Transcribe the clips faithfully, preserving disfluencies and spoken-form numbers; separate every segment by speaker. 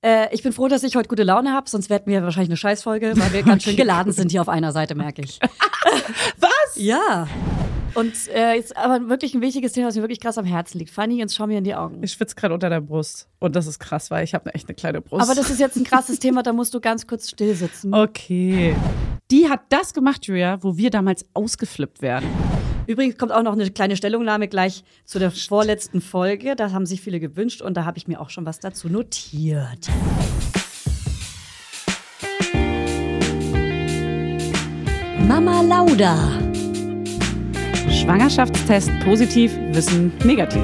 Speaker 1: Äh, ich bin froh, dass ich heute gute Laune habe, sonst werden wir wahrscheinlich eine Scheißfolge, weil wir ganz schön geladen sind hier auf einer Seite, merke ich.
Speaker 2: Was?
Speaker 1: Ja. Und äh, jetzt aber wirklich ein wichtiges Thema, was mir wirklich krass am Herzen liegt. Fanny, jetzt schau mir in die Augen.
Speaker 2: Ich schwitze gerade unter der Brust. Und das ist krass, weil ich habe echt eine kleine Brust.
Speaker 1: Aber das ist jetzt ein krasses Thema, da musst du ganz kurz still sitzen.
Speaker 2: Okay. Die hat das gemacht, Julia, wo wir damals ausgeflippt werden.
Speaker 1: Übrigens kommt auch noch eine kleine Stellungnahme gleich zu der vorletzten Folge. Da haben sich viele gewünscht und da habe ich mir auch schon was dazu notiert. Mama Lauda.
Speaker 2: Schwangerschaftstest positiv, Wissen negativ.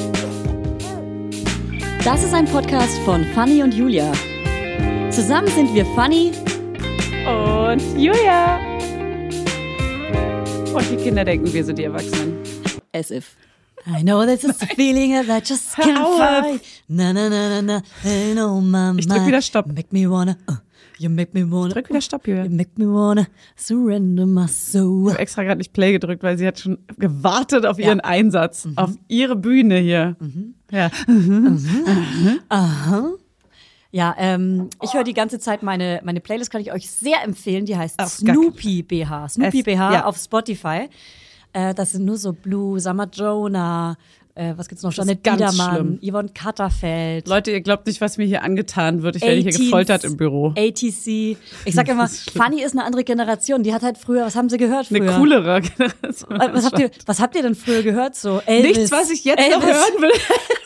Speaker 1: Das ist ein Podcast von Fanny und Julia. Zusammen sind wir Fanny
Speaker 2: und Julia. Und die Kinder denken, wir sind die Erwachsenen.
Speaker 1: As if. I know this is the feeling that I just can't fight. Na na na na na. Hey, no, mama.
Speaker 2: Ich drück wieder Stopp.
Speaker 1: Make me wanna. Uh, you make me wanna.
Speaker 2: Drück wieder Stopp, Julia.
Speaker 1: You make me wanna surrender my soul.
Speaker 2: Ich habe extra gerade nicht Play gedrückt, weil sie hat schon gewartet auf ihren
Speaker 1: ja.
Speaker 2: Einsatz, mhm. auf ihre Bühne hier.
Speaker 1: Mhm.
Speaker 2: Ja.
Speaker 1: Mhm. Mhm. Aha. Ja, ähm, ich höre die ganze Zeit meine, meine Playlist, kann ich euch sehr empfehlen. Die heißt
Speaker 2: Auf
Speaker 1: Snoopy B H. Snoopy
Speaker 2: es,
Speaker 1: B H
Speaker 2: ja.
Speaker 1: auf Spotify. Äh, das sind nur so Blue, Summer Jonah, äh, was gibt's noch? Janet Biedermann, Yvonne Katterfeld.
Speaker 2: Leute, ihr glaubt nicht, was mir hier angetan wird. Ich werde hier gefoltert im Büro.
Speaker 1: A T C. Ich sag immer, Fanny ist eine andere Generation. Die hat halt früher, was haben sie gehört früher?
Speaker 2: Eine coolere Generation.
Speaker 1: Was habt ihr, was habt ihr denn früher gehört? So Elvis.
Speaker 2: Nichts, was ich jetzt
Speaker 1: Elvis.
Speaker 2: noch hören will.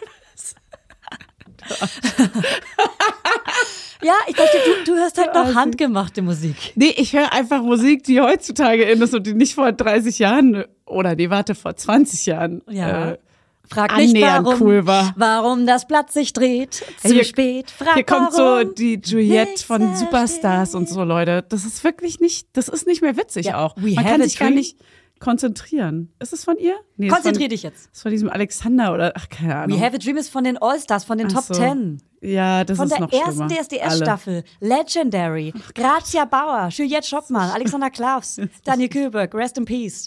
Speaker 1: Ja, ich dachte, du, du hörst halt noch handgemachte Musik.
Speaker 2: Nee, ich höre einfach Musik, die heutzutage in ist und die nicht vor dreißig Jahren oder die warte vor zwanzig Jahren
Speaker 1: ja.
Speaker 2: äh,
Speaker 1: Frag nicht, warum,
Speaker 2: cool war.
Speaker 1: Warum das Blatt sich dreht, zu
Speaker 2: hier,
Speaker 1: spät. Frag
Speaker 2: hier kommt
Speaker 1: warum.
Speaker 2: so die Juliette von Superstars und so, Leute. Das ist wirklich nicht, das ist nicht mehr witzig
Speaker 1: ja,
Speaker 2: auch.
Speaker 1: Man
Speaker 2: kann sich gar nicht konzentrieren. Ist es von ihr? Nee,
Speaker 1: Konzentrier
Speaker 2: von,
Speaker 1: dich jetzt.
Speaker 2: Ist von diesem Alexander oder, ach, keine Ahnung.
Speaker 1: We Have a Dream ist von den Allstars, von den
Speaker 2: ach
Speaker 1: Top
Speaker 2: so.
Speaker 1: Ten.
Speaker 2: Ja, das
Speaker 1: von
Speaker 2: ist noch schlimmer.
Speaker 1: Von der ersten D S D S-Staffel. Legendary. Grazia Bauer, Juliette Schoppmann, Alexander Klavs, Daniel Kühlberg, Rest in Peace.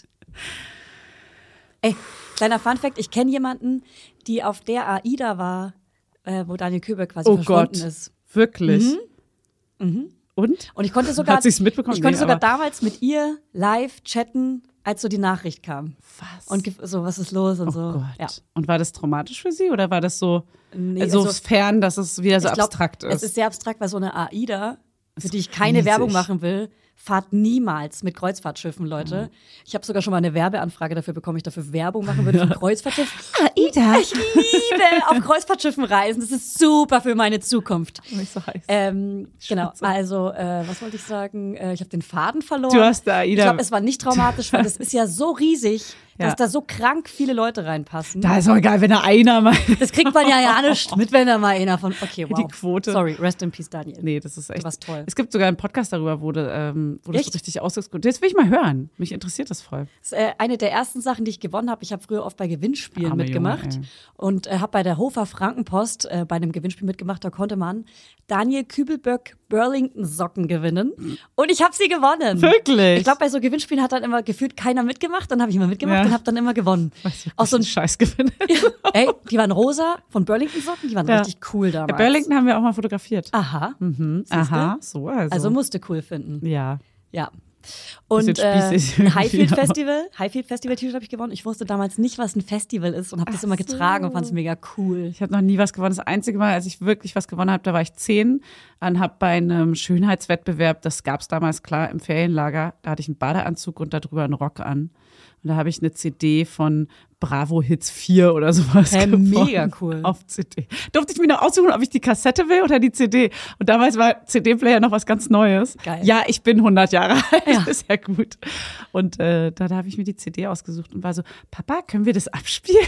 Speaker 1: Ey, kleiner Funfact, ich kenne jemanden, die auf der AIDA war, äh, wo Daniel Kühlberg quasi
Speaker 2: oh
Speaker 1: verschwunden
Speaker 2: Gott.
Speaker 1: ist.
Speaker 2: Wirklich?
Speaker 1: Mhm. Mhm.
Speaker 2: Und?
Speaker 1: Und ich konnte sogar,
Speaker 2: Hat sie's mitbekommen?
Speaker 1: ich konnte
Speaker 2: nee,
Speaker 1: sogar damals mit ihr live chatten, als so die Nachricht kam.
Speaker 2: Was?
Speaker 1: Und so, was ist los und
Speaker 2: oh
Speaker 1: so.
Speaker 2: Gott.
Speaker 1: Ja.
Speaker 2: Und war das traumatisch für sie oder war das so,
Speaker 1: nee,
Speaker 2: so
Speaker 1: also,
Speaker 2: fern, dass es wieder so
Speaker 1: glaub,
Speaker 2: abstrakt ist?
Speaker 1: Es ist sehr abstrakt, weil so eine AIDA, für die ich keine
Speaker 2: riesig.
Speaker 1: Werbung machen will, fahrt niemals mit Kreuzfahrtschiffen, Leute. Mhm. Ich habe sogar schon mal eine Werbeanfrage dafür bekommen, ich dafür Werbung machen würde für ein Kreuzfahrtschiff.
Speaker 2: AIDA.
Speaker 1: Ich liebe auf Kreuzfahrtschiffen reisen. Das ist super für meine Zukunft.
Speaker 2: Nicht so heiß.
Speaker 1: Ähm, genau, also, äh, was wollte ich sagen? Äh, ich habe den Faden verloren.
Speaker 2: Du hast da AIDA.
Speaker 1: Ich glaube, es war nicht traumatisch, weil das ist ja so riesig, dass
Speaker 2: ja.
Speaker 1: da so krank viele Leute reinpassen.
Speaker 2: Da ist auch egal, wenn da einer mal.
Speaker 1: Das kriegt man ja ja nicht mit, wenn da mal einer von. Okay, wow.
Speaker 2: Die Quote.
Speaker 1: Sorry, rest in peace, Daniel.
Speaker 2: Nee, das ist echt.
Speaker 1: Du warst toll.
Speaker 2: Es gibt sogar einen Podcast darüber, wo, de, ähm, wo das so richtig ausdiskutiert. Das will ich mal hören. Mich interessiert das voll.
Speaker 1: Das ist äh, eine der ersten Sachen, die ich gewonnen habe. Ich habe früher oft bei Gewinnspielen
Speaker 2: Arme
Speaker 1: mitgemacht
Speaker 2: Junge,
Speaker 1: und äh, habe bei der Hofer Frankenpost äh, bei einem Gewinnspiel mitgemacht. Da konnte man Daniel Kübelböck Burlington Socken gewinnen. Und ich habe sie gewonnen.
Speaker 2: Wirklich?
Speaker 1: Ich glaube, bei so Gewinnspielen hat dann immer gefühlt keiner mitgemacht. Dann habe ich immer mitgemacht
Speaker 2: ja.
Speaker 1: und habe dann immer gewonnen.
Speaker 2: Weißt du,
Speaker 1: auch so ein
Speaker 2: Scheißgewinn.
Speaker 1: Ey, die waren rosa von Burlington Socken. Die waren
Speaker 2: ja.
Speaker 1: richtig cool damals.
Speaker 2: Ja, Burlington haben wir auch mal fotografiert.
Speaker 1: Aha.
Speaker 2: Mhm. Aha, so also.
Speaker 1: Also musste cool finden.
Speaker 2: Ja.
Speaker 1: Ja. Und äh, ein Highfield Festival, Highfield Festival T-Shirt habe ich gewonnen. Ich wusste damals nicht, was ein Festival ist und habe das immer getragen so. Und fand es mega cool.
Speaker 2: Ich habe noch nie was gewonnen. Das einzige Mal, als ich wirklich was gewonnen habe, da war ich zehn und habe bei einem Schönheitswettbewerb, das gab es damals klar im Ferienlager, da hatte ich einen Badeanzug und darüber einen Rock an. Und da habe ich eine C D von Bravo Hits vier oder sowas
Speaker 1: hey,
Speaker 2: gewonnen.
Speaker 1: Mega cool.
Speaker 2: Auf C D. Durfte ich mir noch aussuchen, ob ich die Kassette will oder die C D. Und damals war C D-Player noch was ganz Neues.
Speaker 1: Geil.
Speaker 2: Ja, ich bin hundert Jahre alt.
Speaker 1: Ja.
Speaker 2: Das ist ja gut. Und äh, da, da habe ich mir die C D ausgesucht und war so, Papa, können wir das abspielen?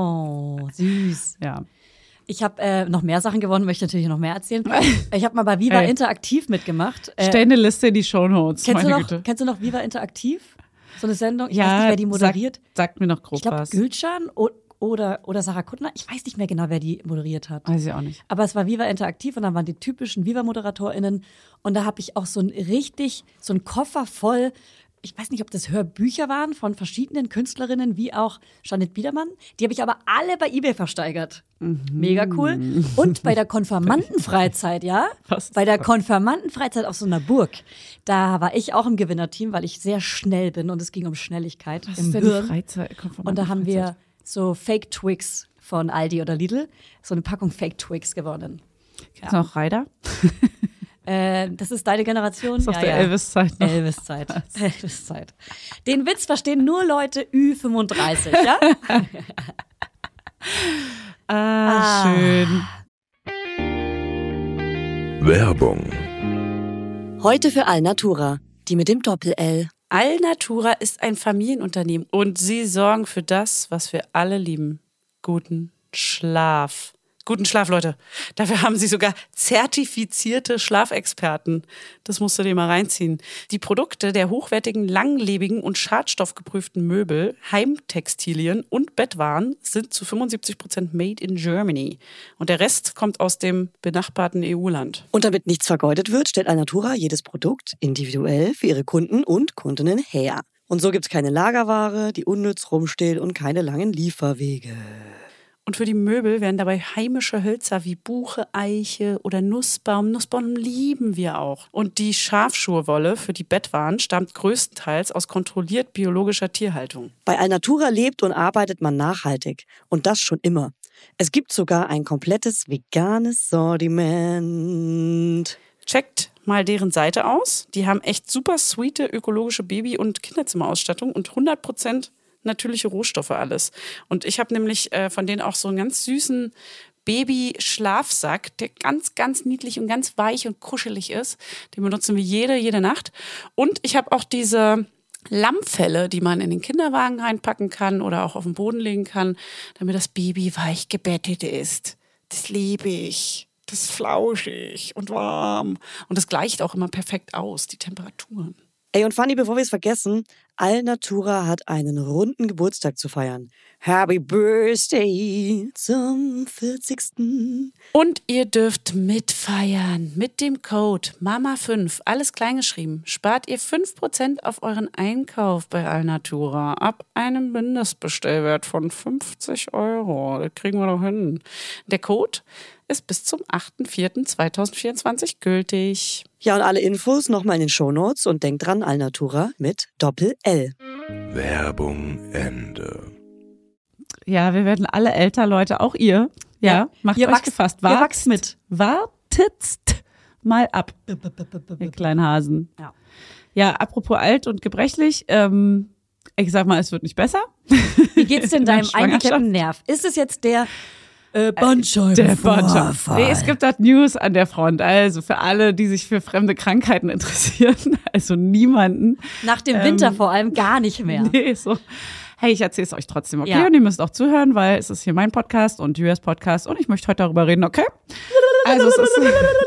Speaker 1: Oh, süß.
Speaker 2: Ja.
Speaker 1: Ich habe äh, noch mehr Sachen gewonnen, möchte natürlich noch mehr erzählen. Ich habe mal bei Viva
Speaker 2: Ey.
Speaker 1: Interaktiv mitgemacht. Äh,
Speaker 2: Stell eine Liste in die Shownotes.
Speaker 1: Kennst,
Speaker 2: meine
Speaker 1: du noch,
Speaker 2: Güte.
Speaker 1: kennst du noch Viva Interaktiv? So eine Sendung? Ich
Speaker 2: ja,
Speaker 1: weiß nicht, wer die moderiert.
Speaker 2: Sagt, sagt mir noch grob
Speaker 1: ich glaube,
Speaker 2: was.
Speaker 1: Gülcan oder, oder Sarah Kuttner. Ich weiß nicht mehr genau, wer die moderiert hat.
Speaker 2: Weiß ich auch nicht.
Speaker 1: Aber es war Viva Interaktiv und dann waren die typischen Viva-ModeratorInnen. Und da habe ich auch so ein richtig, so ein Koffer voll ich weiß nicht, ob das Hörbücher waren von verschiedenen Künstlerinnen, wie auch Jeanette Biedermann. Die habe ich aber alle bei eBay versteigert. Mhm. Mega cool. Und bei der Konfirmandenfreizeit, ja?
Speaker 2: Was?
Speaker 1: Bei der Konfirmandenfreizeit auf so einer Burg. Da war ich auch im Gewinnerteam, weil ich sehr schnell bin und es ging um Schnelligkeit
Speaker 2: Was
Speaker 1: im
Speaker 2: ist denn
Speaker 1: Hirn.
Speaker 2: die Freizeit?
Speaker 1: Und da haben wir so Fake Twix von Aldi oder Lidl, so eine Packung Fake Twix gewonnen.
Speaker 2: Gibt's noch Ryder?
Speaker 1: Äh, das ist deine Generation?
Speaker 2: Das ist aus
Speaker 1: ja,
Speaker 2: der
Speaker 1: ja.
Speaker 2: Elvis-Zeit noch.
Speaker 1: Elvis-Zeit. Elvis-Zeit. Den Witz verstehen nur Leute Ü fünfunddreißig, ja?
Speaker 2: ah, ah, schön.
Speaker 3: Werbung.
Speaker 4: Heute für Alnatura, die mit dem Doppel-L.
Speaker 2: Alnatura ist ein Familienunternehmen und sie sorgen für das, was wir alle lieben. Guten Schlaf. Guten Schlaf, Leute. Dafür haben sie sogar zertifizierte Schlafexperten. Das musst du dir mal reinziehen. Die Produkte der hochwertigen, langlebigen und schadstoffgeprüften Möbel, Heimtextilien und Bettwaren sind zu fünfundsiebzig Prozent made in Germany. Und der Rest kommt aus dem benachbarten E U-Land.
Speaker 4: Und damit nichts vergeudet wird, stellt Alnatura jedes Produkt individuell für ihre Kunden und Kundinnen her. Und so gibt's keine Lagerware, die unnütz rumsteht und keine langen Lieferwege.
Speaker 2: Und für die Möbel werden dabei heimische Hölzer wie Buche, Eiche oder Nussbaum. Nussbaum lieben wir auch. Und die Schafschurwolle für die Bettwaren stammt größtenteils aus kontrolliert biologischer Tierhaltung.
Speaker 4: Bei Alnatura lebt und arbeitet man nachhaltig. Und das schon immer. Es gibt sogar ein komplettes veganes Sortiment.
Speaker 2: Checkt mal deren Seite aus. Die haben echt super sweete ökologische Baby- und Kinderzimmerausstattung und hundert Prozent natürliche Rohstoffe alles. Und ich habe nämlich äh, von denen auch so einen ganz süßen Baby-Schlafsack, der ganz, ganz niedlich und ganz weich und kuschelig ist. Den benutzen wir jede, jede Nacht. Und ich habe auch diese Lammfelle, die man in den Kinderwagen reinpacken kann oder auch auf den Boden legen kann, damit das Baby weich gebettet ist. Das liebe ich. Das ist flauschig und warm. Und das gleicht auch immer perfekt aus, die Temperaturen.
Speaker 4: Ey, und Fanny, bevor wir es vergessen, Alnatura hat einen runden Geburtstag zu feiern. Happy Birthday zum vierzigsten
Speaker 2: Und ihr dürft mitfeiern. Mit dem Code Mama fünf, alles kleingeschrieben, spart ihr fünf Prozent auf euren Einkauf bei Alnatura. Ab einem Mindestbestellwert von fünfzig Euro. Das kriegen wir doch hin. Der Code ist bis zum achter vierter zweitausendvierundzwanzig gültig.
Speaker 4: Ja, und alle Infos nochmal in den Shownotes und denkt dran, Alnatura mit Doppel-L.
Speaker 3: Werbung Ende.
Speaker 2: Ja, wir werden alle älter, Leute, auch ihr. Ja,
Speaker 1: Ja,
Speaker 2: macht
Speaker 1: ihr
Speaker 2: euch
Speaker 1: wachst-
Speaker 2: gefasst.
Speaker 1: ihr
Speaker 2: Wartet,
Speaker 1: wachst mit.
Speaker 2: Wartet mal ab, ihr kleinen Hasen.
Speaker 1: Ja.
Speaker 2: Ja, apropos alt und gebrechlich, ähm, ich sag mal, es wird nicht besser.
Speaker 1: Wie geht's denn
Speaker 2: In der
Speaker 1: deinem eingeklemmten Nerv? Ist es jetzt der äh, Bandscheiben?
Speaker 2: Der Bandscheiben. Nee, es gibt dort News an der Front. Also für alle, die sich für fremde Krankheiten interessieren, also niemanden.
Speaker 1: Nach dem Winter
Speaker 2: Ähm,
Speaker 1: vor allem gar nicht mehr.
Speaker 2: Nee, so. Hey, ich erzähle es euch trotzdem, okay?
Speaker 1: Ja.
Speaker 2: Und ihr müsst auch zuhören, weil es ist hier mein Podcast und Julias Podcast und ich möchte heute darüber reden, okay? Also es ist...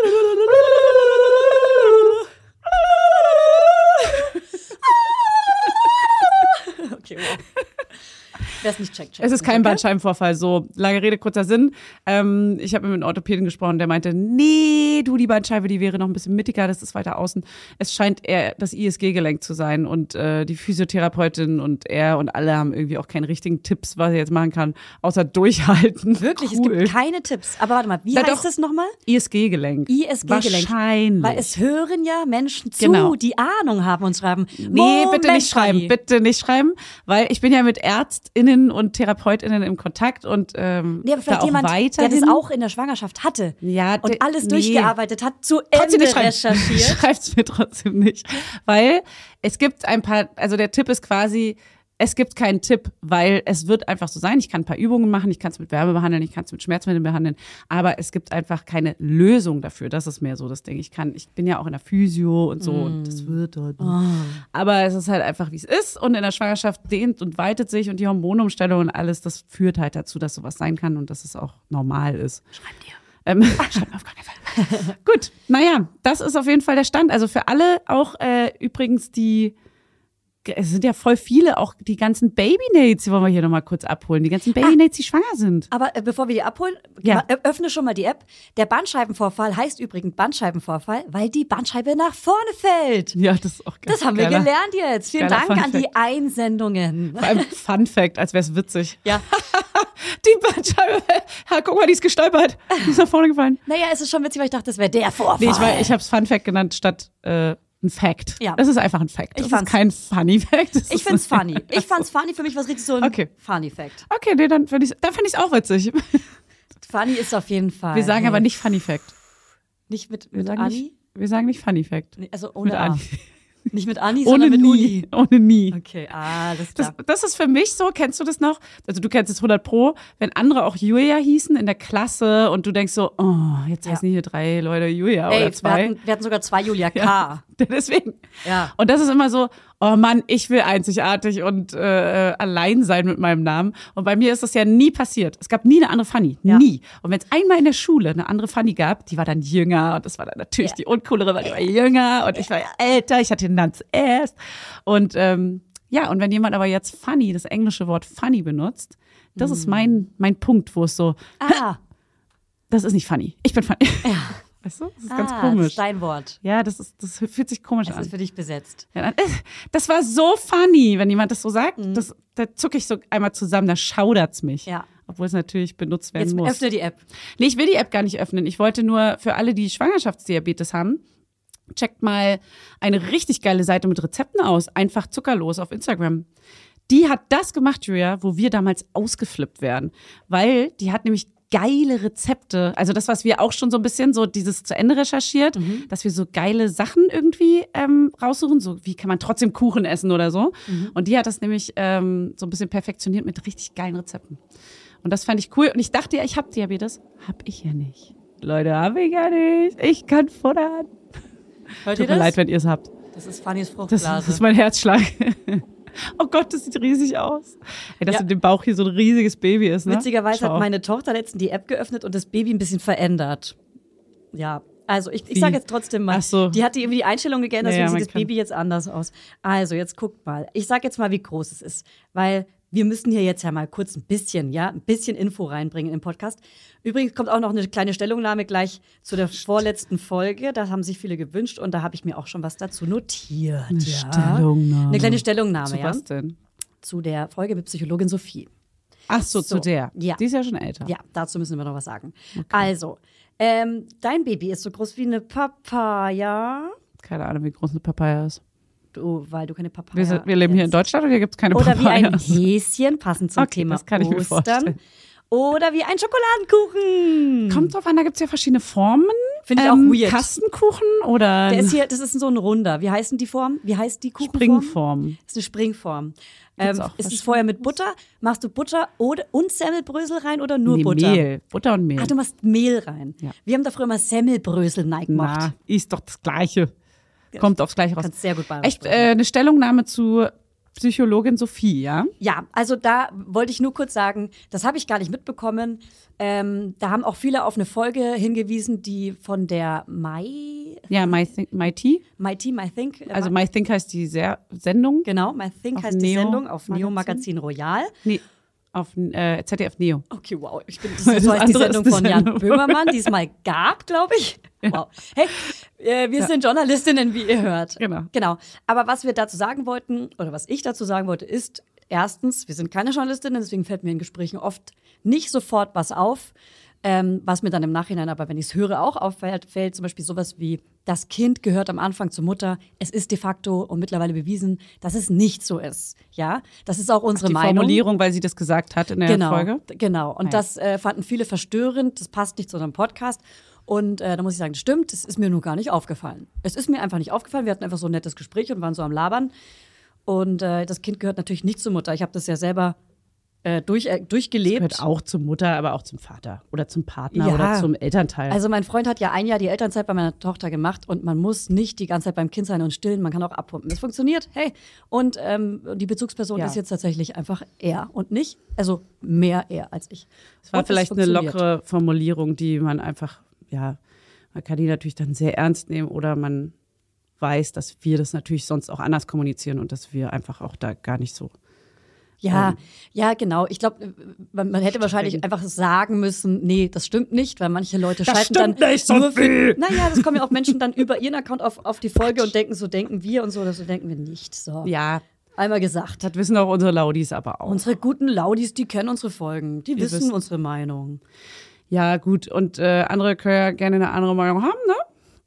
Speaker 1: Okay, wow. Wer es nicht checkt, checkt.
Speaker 2: Es ist kein
Speaker 1: okay?
Speaker 2: Bandscheibenvorfall, so lange Rede, kurzer Sinn. Ähm, ich habe mit einem Orthopäden gesprochen, der meinte, nee, du, die Bandscheibe, die wäre noch ein bisschen mittiger, das ist weiter außen. Es scheint eher das I S G-Gelenk zu sein und äh, die Physiotherapeutin und er und alle haben irgendwie auch keine richtigen Tipps, was er jetzt machen kann, außer durchhalten.
Speaker 1: Wirklich,
Speaker 2: cool.
Speaker 1: es gibt keine Tipps. Aber warte mal, wie
Speaker 2: Na
Speaker 1: heißt
Speaker 2: doch.
Speaker 1: es nochmal?
Speaker 2: I S G-Gelenk.
Speaker 1: I S G-Gelenk.
Speaker 2: Wahrscheinlich.
Speaker 1: Weil es hören ja Menschen zu,
Speaker 2: Genau.
Speaker 1: die Ahnung haben und schreiben.
Speaker 2: Nee,
Speaker 1: Moment,
Speaker 2: bitte nicht schreiben,
Speaker 1: Fanny.
Speaker 2: bitte nicht schreiben, weil ich bin ja mit ÄrztInnen und TherapeutInnen im Kontakt und ähm,
Speaker 1: Nee, aber
Speaker 2: da
Speaker 1: vielleicht
Speaker 2: auch
Speaker 1: jemand,
Speaker 2: weiterhin.
Speaker 1: der das auch in der Schwangerschaft hatte
Speaker 2: Ja,
Speaker 1: und
Speaker 2: de-
Speaker 1: alles
Speaker 2: nee.
Speaker 1: durchgearbeitet hat, zu
Speaker 2: Trotzdem
Speaker 1: Ende
Speaker 2: nicht schreiben.
Speaker 1: recherchiert.
Speaker 2: Schreibt's mir trotzdem nicht, weil es gibt ein paar, also der Tipp ist quasi, es gibt keinen Tipp, weil es wird einfach so sein, ich kann ein paar Übungen machen, ich kann es mit Wärme behandeln, ich kann es mit Schmerzmitteln behandeln, aber es gibt einfach keine Lösung dafür, das ist mehr so das Ding. Ich kann, ich bin ja auch in der Physio und so und das wird dort. Aber es ist halt einfach, wie es ist und in der Schwangerschaft dehnt und weitet sich und die Hormonumstellung und alles, das führt halt dazu, dass sowas sein kann und dass es auch normal ist.
Speaker 1: Schreib dir.
Speaker 2: Ähm, schreib mir auf gar keinen Fall. Gut, naja, das ist auf jeden Fall der Stand. Also für alle auch äh, übrigens, die es sind ja voll viele, auch die ganzen Baby-Nates, die wollen wir hier nochmal kurz abholen. Die ganzen Baby-Nates, die schwanger sind.
Speaker 1: Aber äh, bevor wir die abholen,
Speaker 2: Ja.
Speaker 1: ma- ö- öffne schon mal die App. Der Bandscheibenvorfall heißt übrigens Bandscheibenvorfall, weil die Bandscheibe nach vorne fällt.
Speaker 2: Ja, das ist auch geil.
Speaker 1: Das haben wir
Speaker 2: Geiler-
Speaker 1: gelernt jetzt. Vielen
Speaker 2: geiler
Speaker 1: Dank an
Speaker 2: Funfact.
Speaker 1: die Einsendungen.
Speaker 2: Vor allem Fun Fact, als wäre es witzig.
Speaker 1: Ja.
Speaker 2: Die Bandscheibe, ha, guck mal, die ist gestolpert. Die ist nach vorne gefallen.
Speaker 1: Naja, es ist schon witzig, weil ich dachte, das wäre der Vorfall.
Speaker 2: Nee, ich, war- ich habe es Fun Fact genannt statt äh, ein Fact.
Speaker 1: Ja.
Speaker 2: Das ist einfach ein Fact.
Speaker 1: Ich
Speaker 2: Das ist
Speaker 1: fand's-
Speaker 2: kein Funny Fact. Das
Speaker 1: Ich
Speaker 2: ist
Speaker 1: find's funny. Ich fand's funny. Für mich war es richtig so ein
Speaker 2: Okay.
Speaker 1: Funny Fact.
Speaker 2: Okay, nee, dann finde ich dann find ich's auch witzig.
Speaker 1: Funny ist auf jeden Fall.
Speaker 2: Wir sagen
Speaker 1: Hey.
Speaker 2: aber nicht Funny Fact.
Speaker 1: Nicht mit,
Speaker 2: Wir
Speaker 1: mit
Speaker 2: sagen
Speaker 1: Anni?
Speaker 2: nicht, wir sagen nicht Funny Fact.
Speaker 1: Nee, also
Speaker 2: Mit
Speaker 1: ohne A.
Speaker 2: Anni.
Speaker 1: Nicht mit Anni,
Speaker 2: Ohne
Speaker 1: sondern mit
Speaker 2: nie.
Speaker 1: Uni.
Speaker 2: Ohne nie.
Speaker 1: Okay, alles
Speaker 2: Das,
Speaker 1: klar.
Speaker 2: das ist für mich so, kennst du das noch? Also du kennst es hundert Pro, wenn andere auch Julia hießen in der Klasse und du denkst so, oh, jetzt
Speaker 1: Ja.
Speaker 2: heißen hier drei Leute Julia
Speaker 1: Ey,
Speaker 2: oder
Speaker 1: wir
Speaker 2: zwei.
Speaker 1: hatten, wir hatten sogar zwei Julia K.
Speaker 2: Ja, deswegen.
Speaker 1: Ja.
Speaker 2: Und das ist immer so, oh Mann, ich will einzigartig und äh, allein sein mit meinem Namen. Und bei mir ist das ja nie passiert. Es gab nie eine andere Fanny.
Speaker 1: Ja.
Speaker 2: Nie. Und wenn es einmal in der Schule eine andere Fanny gab, die war dann jünger und das war dann natürlich
Speaker 1: Ja.
Speaker 2: die uncoolere, weil die war jünger und ich war ja älter, ich hatte den Namen zuerst. Und ähm, ja, und wenn jemand aber jetzt funny, das englische Wort funny benutzt, das ist mein, mein Punkt, wo es so,
Speaker 1: Ah,
Speaker 2: das ist nicht funny. Ich bin funny.
Speaker 1: ja.
Speaker 2: Weißt du? Das ist
Speaker 1: Ah,
Speaker 2: ganz
Speaker 1: das
Speaker 2: komisch.
Speaker 1: ist dein Wort.
Speaker 2: Ja, das, ist, das fühlt sich komisch
Speaker 1: Das
Speaker 2: an.
Speaker 1: ist für dich besetzt.
Speaker 2: Ja, dann, äh, das war so funny, wenn jemand das so sagt.
Speaker 1: Mhm.
Speaker 2: Das, da zucke ich so einmal zusammen, da schaudert's mich.
Speaker 1: Ja.
Speaker 2: Obwohl es natürlich benutzt werden
Speaker 1: Jetzt
Speaker 2: muss.
Speaker 1: öffne die App.
Speaker 2: Nee, ich will die App gar nicht öffnen. Ich wollte nur für alle, die Schwangerschaftsdiabetes haben, checkt mal eine richtig geile Seite mit Rezepten aus. Einfach zuckerlos auf Instagram. Die hat das gemacht, Julia, wo wir damals ausgeflippt werden. Weil die hat nämlich geile Rezepte. Also das, was wir auch schon so ein bisschen so dieses zu Ende recherchiert,
Speaker 1: Mhm.
Speaker 2: dass wir so geile Sachen irgendwie ähm, raussuchen. So wie kann man trotzdem Kuchen essen oder so.
Speaker 1: Mhm.
Speaker 2: Und die hat das nämlich ähm, so ein bisschen perfektioniert mit richtig geilen Rezepten. Und das fand ich cool. Und ich dachte ja, ich habe Diabetes. Hab ich ja nicht. Leute, hab ich ja nicht. Ich kann futtern.
Speaker 1: Hört
Speaker 2: Tut
Speaker 1: ihr
Speaker 2: mir
Speaker 1: das?
Speaker 2: leid, wenn ihr es habt.
Speaker 1: Das ist Fannys
Speaker 2: Das,
Speaker 1: Fruchtblase.
Speaker 2: das ist mein Herzschlag. Oh Gott, das sieht riesig aus. Ey, dass
Speaker 1: Ja.
Speaker 2: in dem Bauch hier so ein riesiges Baby ist, ne?
Speaker 1: Witzigerweise
Speaker 2: Schau.
Speaker 1: hat meine Tochter letztens die App geöffnet und das Baby ein bisschen verändert. Ja, also ich, ich
Speaker 2: Wie?
Speaker 1: sage jetzt trotzdem mal,
Speaker 2: Ach so.
Speaker 1: die hat die irgendwie die Einstellung geändert,
Speaker 2: Ja, ja,
Speaker 1: deswegen
Speaker 2: man
Speaker 1: sieht das
Speaker 2: kann-
Speaker 1: Baby jetzt anders aus. Also jetzt guckt mal. Ich sage jetzt mal, wie groß es ist, weil wir müssen hier jetzt ja mal kurz ein bisschen, ja, ein bisschen Info reinbringen im Podcast. Übrigens kommt auch noch eine kleine Stellungnahme gleich zu der vorletzten Folge. Da haben sich viele gewünscht und da habe ich mir auch schon was dazu notiert.
Speaker 2: Eine
Speaker 1: ja.
Speaker 2: Stellungnahme.
Speaker 1: Eine kleine Stellungnahme,
Speaker 2: Zu
Speaker 1: ja.
Speaker 2: was denn?
Speaker 1: Zu der Folge mit Psychologin Sophie.
Speaker 2: Ach so,
Speaker 1: So,
Speaker 2: zu der.
Speaker 1: ja.
Speaker 2: Die ist ja schon älter.
Speaker 1: Ja, dazu müssen wir noch was sagen. Also, ähm, dein Baby ist so groß wie eine Papaya.
Speaker 2: Keine Ahnung, wie groß eine Papaya ist.
Speaker 1: Du, weil du keine Papaya
Speaker 2: Wir, sind, wir leben hier in
Speaker 1: jetzt-
Speaker 2: Deutschland und hier gibt es keine
Speaker 1: Oder wie ein
Speaker 2: Papayas.
Speaker 1: Häschen, passend zum
Speaker 2: Okay,
Speaker 1: Thema
Speaker 2: das kann ich mir
Speaker 1: Ostern.
Speaker 2: vorstellen.
Speaker 1: Oder wie ein Schokoladenkuchen.
Speaker 2: Kommt drauf an, da gibt es ja verschiedene Formen.
Speaker 1: Finde ich auch weird.
Speaker 2: Kastenkuchen oder
Speaker 1: Der ist hier, das ist so ein runder. Wie heißen die Form? Wie heißt die Kuchenform?
Speaker 2: Springform.
Speaker 1: Das ist eine Springform.
Speaker 2: Gibt's
Speaker 1: Ähm,
Speaker 2: auch
Speaker 1: ist es vorher mit Butter? Machst du Butter oder, und Semmelbrösel rein oder nur
Speaker 2: Nee,
Speaker 1: Butter?
Speaker 2: Mehl. Butter und Mehl.
Speaker 1: Ach, du machst Mehl rein.
Speaker 2: Ja.
Speaker 1: Wir haben da früher mal Semmelbrösel nein gemacht.
Speaker 2: Na, ist doch das Gleiche. Kommt aufs Gleiche raus.
Speaker 1: Kannst sehr gut bayerisch
Speaker 2: Echt
Speaker 1: sprechen.
Speaker 2: äh, eine Stellungnahme zu Psychologin Sophie, ja?
Speaker 1: Ja, also da wollte ich nur kurz sagen, das habe ich gar nicht mitbekommen. Ähm, da haben auch viele auf eine Folge hingewiesen, die von der My,
Speaker 2: Ja, My, Think, My Tea.
Speaker 1: My Team, I think. äh,
Speaker 2: Also My Think heißt die Ser Sendung.
Speaker 1: genau, My Think
Speaker 2: auf
Speaker 1: heißt die
Speaker 2: Neo
Speaker 1: Sendung auf Neo
Speaker 2: Magazin.
Speaker 1: Magazin Royal.
Speaker 2: Nee, auf äh, Z D F Neo.
Speaker 1: Okay, wow. Ich bin, das
Speaker 2: Das
Speaker 1: ist so heißt die
Speaker 2: andere ist
Speaker 1: Sendung
Speaker 2: eine
Speaker 1: von Jan
Speaker 2: Sendung.
Speaker 1: Böhmermann, die es mal gab, glaube ich. Wow. Hey, äh, wir sind Journalistinnen, wie ihr hört.
Speaker 2: Genau.
Speaker 1: Genau. Aber was wir dazu sagen wollten, oder was ich dazu sagen wollte, ist, erstens, wir sind keine Journalistinnen, deswegen fällt mir in Gesprächen oft nicht sofort was auf, ähm, was mir dann im Nachhinein, aber wenn ich es höre, auch auffällt, fällt zum Beispiel sowas wie, das Kind gehört am Anfang zur Mutter. Es ist de facto und mittlerweile bewiesen, dass es nicht so ist. Ja, das ist auch unsere
Speaker 2: Die
Speaker 1: Meinung.
Speaker 2: Formulierung, weil sie das gesagt hat in der
Speaker 1: Genau,
Speaker 2: Folge.
Speaker 1: d- genau. Und
Speaker 2: Ah, ja.
Speaker 1: das äh, fanden viele verstörend. Das passt nicht zu unserem Podcast. Und äh, da muss ich sagen, das stimmt. Das ist mir nur gar nicht aufgefallen. Es ist mir einfach nicht aufgefallen. Wir hatten einfach so ein nettes Gespräch und waren so am Labern. Und äh, das Kind gehört natürlich nicht zur Mutter. Ich habe das ja selber äh, durch, äh, durchgelebt.
Speaker 2: Gehört auch zur Mutter, aber auch zum Vater oder zum Partner
Speaker 1: Ja.
Speaker 2: oder zum Elternteil.
Speaker 1: Also mein Freund hat ja ein Jahr die Elternzeit bei meiner Tochter gemacht und man muss nicht die ganze Zeit beim Kind sein und stillen, man kann auch abpumpen. Das funktioniert, hey. Und ähm, die Bezugsperson
Speaker 2: Ja.
Speaker 1: ist jetzt tatsächlich einfach er und nicht, also mehr er als ich.
Speaker 2: Es war
Speaker 1: Und
Speaker 2: vielleicht eine
Speaker 1: funktioniert.
Speaker 2: lockere Formulierung, die man einfach, ja, man kann die natürlich dann sehr ernst nehmen oder man weiß, dass wir das natürlich sonst auch anders kommunizieren und dass wir einfach auch da gar nicht so.
Speaker 1: Ja,
Speaker 2: Ähm,
Speaker 1: ja, genau. Ich glaube, man, man hätte wahrscheinlich einfach sagen müssen, nee, das stimmt nicht, weil manche Leute
Speaker 2: Das
Speaker 1: schalten
Speaker 2: stimmt
Speaker 1: dann
Speaker 2: nicht,
Speaker 1: nur
Speaker 2: Sophie!
Speaker 1: für, naja, das kommen ja auch Menschen dann über ihren Account auf, auf die Folge und denken, so denken wir und so, das so denken wir nicht. So,
Speaker 2: Ja,
Speaker 1: einmal gesagt.
Speaker 2: das wissen auch unsere Laudis aber auch.
Speaker 1: Unsere guten Laudis, die kennen unsere Folgen, die wissen
Speaker 2: wissen-
Speaker 1: unsere Meinung.
Speaker 2: Ja, gut. Und äh, andere können ja gerne eine andere Meinung haben, ne?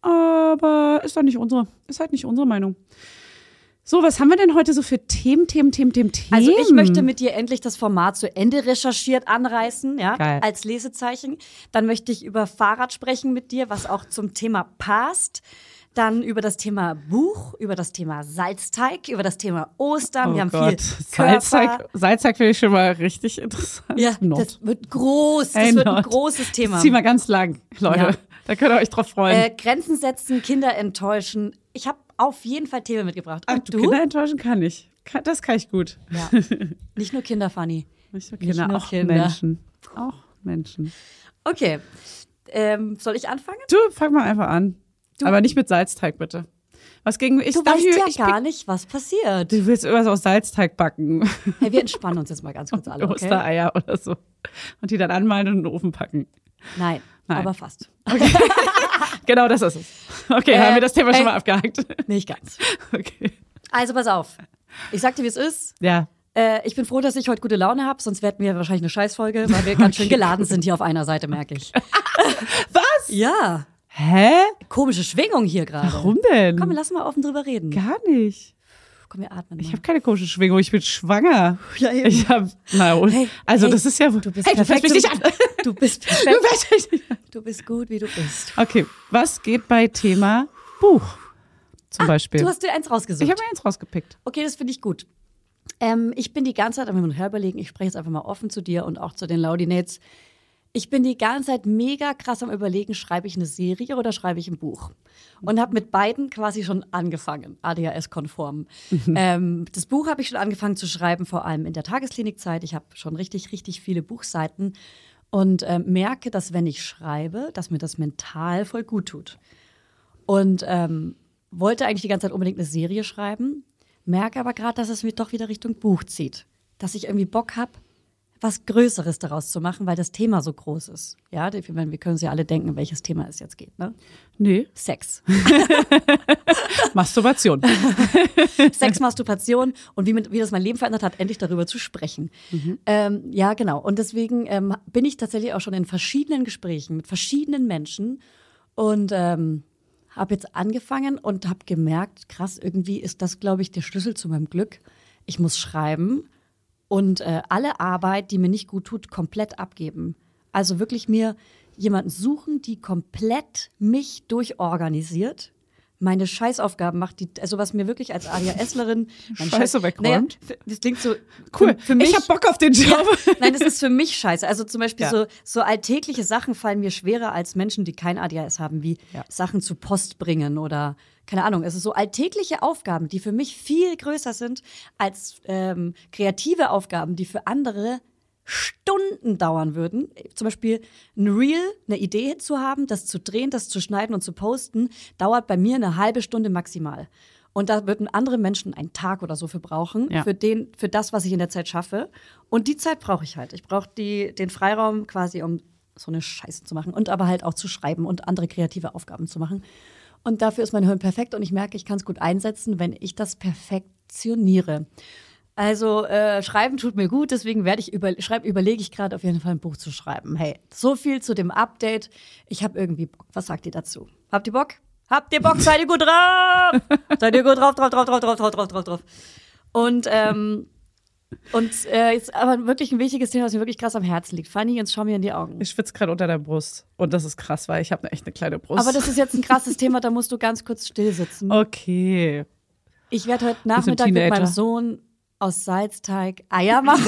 Speaker 2: Aber ist doch nicht unsere. Ist halt nicht unsere Meinung. So, was haben wir denn heute so für Themen, Themen, Themen, Themen, Themen?
Speaker 1: Also ich möchte mit dir endlich das Format zu Ende recherchiert anreißen, ja,
Speaker 2: Geil.
Speaker 1: als Lesezeichen. Dann möchte ich über Fahrrad sprechen mit dir, was auch zum Thema passt. Dann über das Thema Buch, über das Thema Salzteig, über das Thema Ostern.
Speaker 2: Oh
Speaker 1: Wir haben
Speaker 2: Gott.
Speaker 1: viel Körper.
Speaker 2: Salzteig, Salzteig finde ich schon mal richtig interessant.
Speaker 1: Ja,
Speaker 2: Not.
Speaker 1: das wird groß. Das
Speaker 2: Hey,
Speaker 1: wird ein
Speaker 2: not.
Speaker 1: großes Thema.
Speaker 2: Das ziehen wir ganz lang, Leute.
Speaker 1: Ja.
Speaker 2: Da könnt ihr euch drauf freuen.
Speaker 1: Äh, Grenzen setzen, Kinder enttäuschen. Ich habe auf jeden Fall Themen mitgebracht.
Speaker 2: Ach,
Speaker 1: Und
Speaker 2: du,
Speaker 1: du?
Speaker 2: Kinder enttäuschen kann ich. Kann, das kann ich gut.
Speaker 1: Ja. Nicht nur Kinder, Fanny.
Speaker 2: Nicht nur Kinder,
Speaker 1: nur
Speaker 2: auch
Speaker 1: Kinder.
Speaker 2: Menschen. Auch Menschen.
Speaker 1: Okay. Ähm, soll ich anfangen?
Speaker 2: Du, fang mal einfach an. Aber nicht mit Salzteig, bitte. Was gegen ich
Speaker 1: Du
Speaker 2: darf
Speaker 1: weißt
Speaker 2: ich,
Speaker 1: ja
Speaker 2: ich
Speaker 1: gar nicht, was passiert.
Speaker 2: Du willst irgendwas aus Salzteig backen.
Speaker 1: Hey, wir entspannen uns jetzt mal ganz kurz alle, okay?
Speaker 2: Ostereier oder so. Und die dann anmalen und in den Ofen packen.
Speaker 1: Nein,
Speaker 2: Nein.
Speaker 1: aber fast.
Speaker 2: Genau, das ist es. Okay,
Speaker 1: Äh,
Speaker 2: haben wir das Thema
Speaker 1: ey.
Speaker 2: schon mal abgehakt.
Speaker 1: Nicht ganz.
Speaker 2: Okay.
Speaker 1: Also pass auf. Ich sag dir, wie es ist.
Speaker 2: Ja.
Speaker 1: Äh, ich bin froh, dass ich heute gute Laune habe, sonst hätten wir wahrscheinlich eine Scheißfolge, weil wir ganz schön geladen sind hier auf einer Seite, merke ich.
Speaker 2: Was?
Speaker 1: Ja,
Speaker 2: Hä?
Speaker 1: komische Schwingung hier gerade.
Speaker 2: Warum denn?
Speaker 1: Komm, lass mal offen drüber reden.
Speaker 2: Gar nicht.
Speaker 1: Komm, wir atmen mal.
Speaker 2: Ich habe keine komische Schwingung, ich bin schwanger.
Speaker 1: Ja, eben.
Speaker 2: Ich habe, na und?
Speaker 1: Hey,
Speaker 2: also
Speaker 1: hey,
Speaker 2: das ist ja,
Speaker 1: du bist
Speaker 2: hey, du fährst
Speaker 1: perfekt.
Speaker 2: mich nicht an.
Speaker 1: Du bist
Speaker 2: Du
Speaker 1: perfekt.
Speaker 2: fährst mich nicht an.
Speaker 1: Du bist gut, wie du bist.
Speaker 2: Okay, was geht bei Thema Buch zum Beispiel?
Speaker 1: Du hast dir eins rausgesucht.
Speaker 2: Ich habe mir eins rausgepickt.
Speaker 1: Okay, das finde ich gut. Ähm, ich bin die ganze Zeit, wenn wir mal überlegen, ich spreche jetzt einfach mal offen zu dir und auch zu den Laudinates. Ich bin die ganze Zeit mega krass am Überlegen, schreibe ich eine Serie oder schreibe ich ein Buch? Und habe mit beiden quasi schon angefangen, A D H S-konform. Ähm, das Buch habe ich schon angefangen zu schreiben, vor allem in der Tagesklinikzeit. Ich habe schon richtig, richtig viele Buchseiten und ähm, merke, dass wenn ich schreibe, dass mir das mental voll gut tut. Und ähm, wollte eigentlich die ganze Zeit unbedingt eine Serie schreiben, merke aber gerade, dass es mich doch wieder Richtung Buch zieht. Dass ich irgendwie Bock habe, was Größeres daraus zu machen, weil das Thema so groß ist. Ja, ich meine, wir können uns ja alle denken, welches Thema es jetzt geht, ne?
Speaker 2: Nee,
Speaker 1: Sex.
Speaker 2: Masturbation.
Speaker 1: Sex, Masturbation und wie, mit, wie das mein Leben verändert hat, endlich darüber zu sprechen. Ähm, ja, genau. Und deswegen ähm, bin ich tatsächlich auch schon in verschiedenen Gesprächen mit verschiedenen Menschen und ähm, habe jetzt angefangen und habe gemerkt, krass, irgendwie ist das, glaube ich, der Schlüssel zu meinem Glück. Ich muss schreiben und äh, alle Arbeit, die mir nicht gut tut, komplett abgeben. Also wirklich mir jemanden suchen, die komplett mich durchorganisiert, meine Scheißaufgaben macht, die, also was mir wirklich als ADHSlerin mein
Speaker 2: Scheiße
Speaker 1: Scheiß-
Speaker 2: wegräumt.
Speaker 1: Naja, das klingt so
Speaker 2: Cool.
Speaker 1: Für, für mich,
Speaker 2: ich hab Bock auf den Job.
Speaker 1: Nein, das ist für mich scheiße. Also zum Beispiel
Speaker 2: Ja.
Speaker 1: so, so alltägliche Sachen fallen mir schwerer als Menschen, die kein A D H S haben, wie
Speaker 2: Ja.
Speaker 1: Sachen zu Post bringen oder keine Ahnung. Es ist so alltägliche Aufgaben, die für mich viel größer sind als ähm, kreative Aufgaben, die für andere Stunden dauern würden. Zum Beispiel ein Reel, eine Idee zu haben, das zu drehen, das zu schneiden und zu posten, dauert bei mir eine halbe Stunde maximal. Und da würden andere Menschen einen Tag oder so für brauchen,
Speaker 2: Ja.
Speaker 1: für, den, für das, was ich in der Zeit schaffe. Und die Zeit brauche ich halt. Ich brauche die, den Freiraum quasi, um so eine Scheiße zu machen und aber halt auch zu schreiben und andere kreative Aufgaben zu machen. Und dafür ist mein Hirn perfekt und ich merke, ich kann es gut einsetzen, wenn ich das perfektioniere. Also äh, schreiben tut mir gut, deswegen werde ich über, schreib, überlege ich gerade auf jeden Fall ein Buch zu schreiben. Hey, so viel zu dem Update. Ich habe irgendwie Bock. Was sagt ihr dazu? Habt ihr Bock? Habt ihr Bock? Seid ihr gut drauf? Seid ihr gut drauf, drauf, drauf, drauf, drauf, drauf, drauf, drauf, drauf. Und ähm, und äh, jetzt aber wirklich ein wichtiges Thema, was mir wirklich krass am Herzen liegt. Fanny, jetzt schau mir in die Augen.
Speaker 2: Ich schwitze gerade unter der Brust. Und das ist krass, weil ich habe echt eine kleine Brust.
Speaker 1: Aber das ist jetzt ein krasses Thema, da musst du ganz kurz still sitzen.
Speaker 2: okay.
Speaker 1: Ich werde heute
Speaker 2: Bist du ein
Speaker 1: Nachmittag mit
Speaker 2: Teenager?
Speaker 1: meinem Sohn aus Salzteig Eier machen.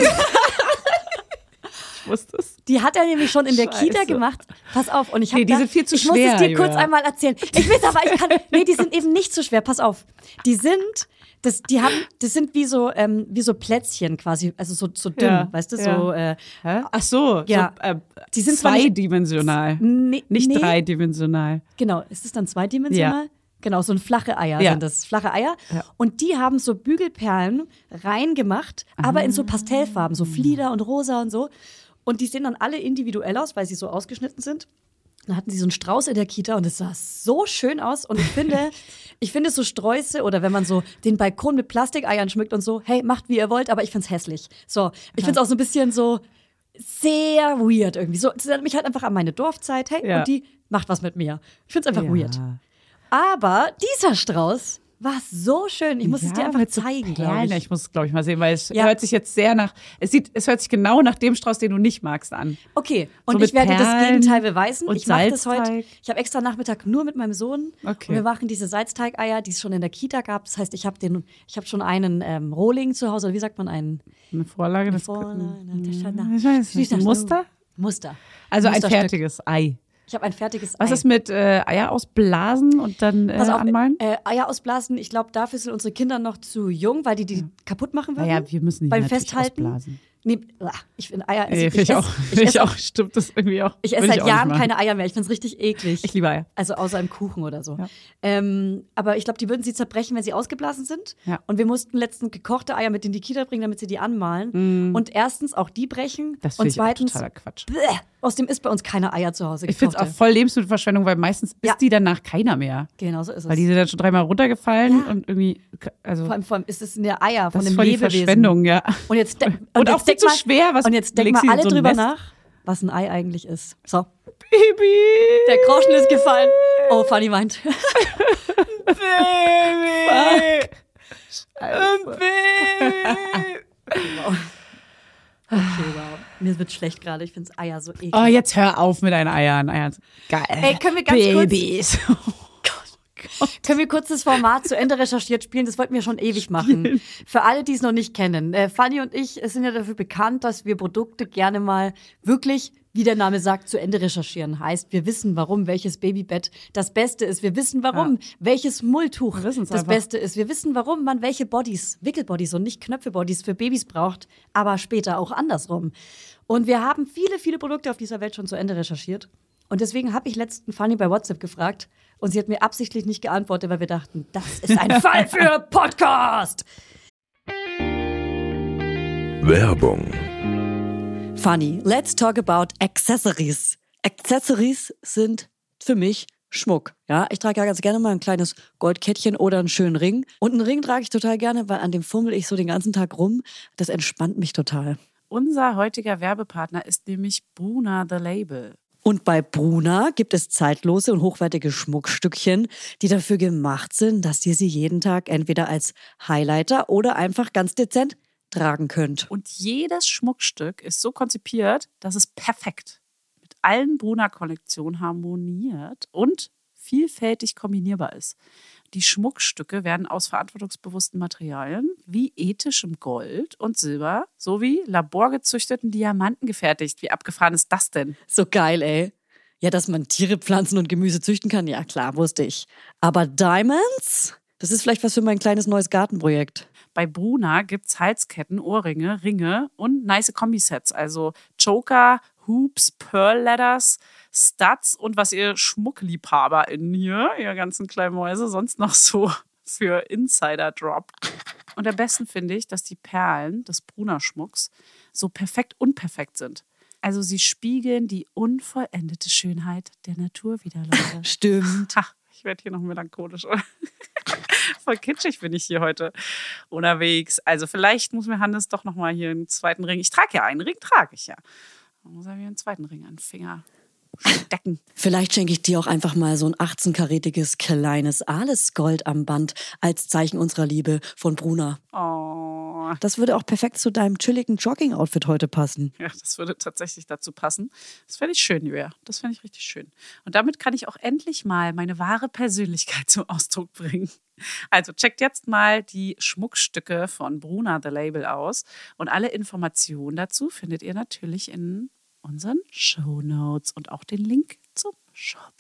Speaker 2: Ich wusste es.
Speaker 1: Die hat er nämlich schon in der
Speaker 2: Scheiße.
Speaker 1: Kita gemacht. Pass auf. Und ich hab
Speaker 2: Nee, die
Speaker 1: da,
Speaker 2: sind viel zu
Speaker 1: ich
Speaker 2: schwer,
Speaker 1: muss es dir kurz
Speaker 2: Julia.
Speaker 1: einmal erzählen. Ich weiß aber, ich kann. Nee, die sind eben nicht so schwer. Pass auf. Die sind, das, die haben, das sind wie so, ähm, wie so Plätzchen quasi, also so, so dünn,
Speaker 2: Ja,
Speaker 1: weißt du,
Speaker 2: ja.
Speaker 1: so. Äh,
Speaker 2: Hä? Ach so,
Speaker 1: Ja.
Speaker 2: so äh,
Speaker 1: Die sind zwar nicht-
Speaker 2: zweidimensional.
Speaker 1: nee,
Speaker 2: Nicht
Speaker 1: nee,
Speaker 2: dreidimensional.
Speaker 1: Genau. Ist das dann zweidimensional? Genau, so ein flache Eier
Speaker 2: Ja.
Speaker 1: sind das. Flache Eier.
Speaker 2: Ja.
Speaker 1: Und die haben so Bügelperlen reingemacht, aber in so Pastellfarben, so Flieder und Rosa und so. Und die sehen dann alle individuell aus, weil sie so ausgeschnitten sind. Dann hatten sie so einen Strauß in der Kita und es sah so schön aus. Und ich finde, ich finde so Sträuße oder wenn man so den Balkon mit Plastikeiern schmückt und so, hey, macht wie ihr wollt, aber ich find's hässlich. So, ich find's auch so ein bisschen so sehr weird irgendwie. So, das erinnert mich halt einfach an meine Dorfzeit. Hey,
Speaker 2: Ja.
Speaker 1: und die macht was mit mir. Ich find's einfach
Speaker 2: Ja.
Speaker 1: weird. Aber dieser Strauß war so schön. Ich muss es dir einfach
Speaker 2: mit so
Speaker 1: zeigen, glaube
Speaker 2: Perlen.
Speaker 1: ich.
Speaker 2: Ich muss es, glaube ich, mal sehen, weil es
Speaker 1: Ja.
Speaker 2: hört sich jetzt sehr nach, es sieht, es hört sich genau nach dem Strauß, den du nicht magst, an.
Speaker 1: Okay, und
Speaker 2: So mit
Speaker 1: ich werde das
Speaker 2: Perlen
Speaker 1: Gegenteil beweisen.
Speaker 2: und
Speaker 1: Ich mache das heute.
Speaker 2: Salzteig.
Speaker 1: Ich habe extra Nachmittag nur mit meinem Sohn.
Speaker 2: Okay.
Speaker 1: Und wir machen diese Salzteigeier, die es schon in der Kita gab. Das heißt, ich habe den, ich habe schon einen ähm, Rohling zu Hause. Oder wie sagt man einen?
Speaker 2: Eine Vorlage, das
Speaker 1: Vorlage,
Speaker 2: ich
Speaker 1: ich
Speaker 2: weiß nicht, ein Muster?
Speaker 1: Muster.
Speaker 2: Also ein
Speaker 1: Musterstück.
Speaker 2: fertiges Ei.
Speaker 1: Ich habe ein fertiges
Speaker 2: Was
Speaker 1: Ei.
Speaker 2: ist mit äh, Eier ausblasen und dann äh,
Speaker 1: Pass auf,
Speaker 2: anmalen?
Speaker 1: äh, Eier ausblasen, ich glaube, dafür sind unsere Kinder noch zu jung, weil die die kaputt machen würden.
Speaker 2: Naja, wir müssen die
Speaker 1: beim
Speaker 2: natürlich
Speaker 1: Festhalten.
Speaker 2: ausblasen.
Speaker 1: Nee, ah, ich finde Eier.
Speaker 2: Nee,
Speaker 1: ich,
Speaker 2: finde ich,
Speaker 1: ess-
Speaker 2: auch.
Speaker 1: Ich
Speaker 2: Finde ich
Speaker 1: esse
Speaker 2: auch. Stimmt das irgendwie auch.
Speaker 1: Ich esse
Speaker 2: Würde
Speaker 1: seit
Speaker 2: auch nicht
Speaker 1: Jahren
Speaker 2: machen.
Speaker 1: keine Eier mehr. Ich finde es richtig eklig.
Speaker 2: Ich liebe Eier.
Speaker 1: Also außer im Kuchen oder so.
Speaker 2: Ja.
Speaker 1: Ähm, aber ich glaube, die würden sie zerbrechen, wenn sie ausgeblasen sind.
Speaker 2: Ja.
Speaker 1: Und wir mussten letztens gekochte Eier mit in die Kita bringen, damit sie die anmalen. Und erstens auch die brechen.
Speaker 2: Das
Speaker 1: und
Speaker 2: finde ich auch
Speaker 1: zweitens,
Speaker 2: totaler Quatsch.
Speaker 1: bläh, außerdem ist bei uns keine Eier zu Hause
Speaker 2: Ich finde es auch
Speaker 1: gekochte.
Speaker 2: voll Lebensmittelverschwendung, weil meistens
Speaker 1: Ja.
Speaker 2: isst die danach keiner mehr.
Speaker 1: Genau so ist es.
Speaker 2: Weil die sind dann schon dreimal runtergefallen
Speaker 1: Ja.
Speaker 2: und irgendwie, also
Speaker 1: vor, allem, vor allem ist es eine Eier von
Speaker 2: das ist
Speaker 1: einem
Speaker 2: voll die
Speaker 1: Lebewesen.
Speaker 2: Verschwendung, ja.
Speaker 1: Und jetzt, de- und
Speaker 2: Und
Speaker 1: jetzt
Speaker 2: auch viel
Speaker 1: denk
Speaker 2: zu
Speaker 1: mal,
Speaker 2: schwer, was
Speaker 1: Und jetzt denken
Speaker 2: legst
Speaker 1: wir
Speaker 2: du in
Speaker 1: alle
Speaker 2: so ein
Speaker 1: drüber
Speaker 2: Nest?
Speaker 1: nach, was ein Ei eigentlich ist. So,
Speaker 2: Baby!
Speaker 1: der Groschen ist gefallen. Oh, Fanny weint.
Speaker 2: Baby!
Speaker 1: Okay, wow. Mir wird schlecht gerade. Ich finde Eier so eklig.
Speaker 2: Oh, jetzt hör auf mit deinen Eiern. Eiern. Geil.
Speaker 1: Ey, können wir ganz
Speaker 2: Babys.
Speaker 1: kurz, können wir kurz das Format zu Ende recherchiert spielen? Das wollten wir schon ewig machen. Für alle, die es noch nicht kennen. Äh, Fanny und ich sind ja dafür bekannt, dass wir Produkte gerne mal wirklich, wie der Name sagt, zu Ende recherchieren. Heißt, wir wissen, warum welches Babybett das Beste ist. Wir wissen, warum
Speaker 2: Ja.
Speaker 1: welches Mulltuch
Speaker 2: Wir
Speaker 1: das
Speaker 2: wissen's einfach.
Speaker 1: Beste ist. Wir wissen, warum man welche Bodies, Wickelbodies und nicht Knöpfebodies für Babys braucht, aber später auch andersrum. Und wir haben viele, viele Produkte auf dieser Welt schon zu Ende recherchiert. Und deswegen habe ich letzten Fanny bei WhatsApp gefragt und sie hat mir absichtlich nicht geantwortet, weil wir dachten, das ist ein Fall für Podcast.
Speaker 3: Werbung.
Speaker 4: Funny, let's talk about Accessories. Accessories sind für mich Schmuck. Ja, ich trage ja ganz gerne mal ein kleines Goldkettchen oder einen schönen Ring. Und einen Ring trage ich total gerne, weil an dem fummel ich so den ganzen Tag rum. Das entspannt mich total.
Speaker 2: Unser heutiger Werbepartner ist nämlich Bruna The Label.
Speaker 4: Und bei Bruna gibt es zeitlose und hochwertige Schmuckstückchen, die dafür gemacht sind, dass ihr sie jeden Tag entweder als Highlighter oder einfach ganz dezent tragen könnt.
Speaker 2: Und jedes Schmuckstück ist so konzipiert, dass es perfekt mit allen Bruna-Kollektionen harmoniert und vielfältig kombinierbar ist. Die Schmuckstücke werden aus verantwortungsbewussten Materialien wie ethischem Gold und Silber sowie laborgezüchteten Diamanten gefertigt. Wie abgefahren ist das denn?
Speaker 4: So geil, ey. Ja, dass man Tiere, Pflanzen und Gemüse züchten kann, ja klar, wusste ich. Aber Diamonds? Das ist vielleicht was für mein kleines neues Gartenprojekt.
Speaker 2: Bei Bruna gibt es Halsketten, Ohrringe, Ringe und nice Kombisets. Also Choker, Hoops, Pearl Leathers, Studs und was ihr SchmuckliebhaberInnen hier, ihr ganzen kleinen Mäuse, sonst noch so für Insider droppt. Und am besten finde ich, dass die Perlen des Bruna-Schmucks so perfekt unperfekt sind. Also sie spiegeln die unvollendete Schönheit der Natur wider, Leute.
Speaker 4: Stimmt.
Speaker 2: Ha, ich werde hier noch melancholisch. Voll kitschig bin ich hier heute unterwegs. Also vielleicht muss mir Hannes doch noch mal hier einen zweiten Ring. Ich trage ja einen Ring, trage ich ja. Dann muss er mir einen zweiten Ring an den Finger stecken.
Speaker 4: Vielleicht schenke ich dir auch einfach mal so ein achtzehn-karätiges kleines Alles-Gold am Band als Zeichen unserer Liebe von Bruna.
Speaker 2: Oh,
Speaker 4: Das würde auch perfekt zu deinem chilligen Jogging-Outfit heute passen.
Speaker 2: ja, das würde tatsächlich dazu passen. Das fände ich schön, Julia. Das fände ich richtig schön. Und damit kann ich auch endlich mal meine wahre Persönlichkeit zum Ausdruck bringen. Also checkt jetzt mal die Schmuckstücke von Bruna The Label aus. Und alle Informationen dazu findet ihr natürlich in unseren Shownotes und auch den Link zum Shop.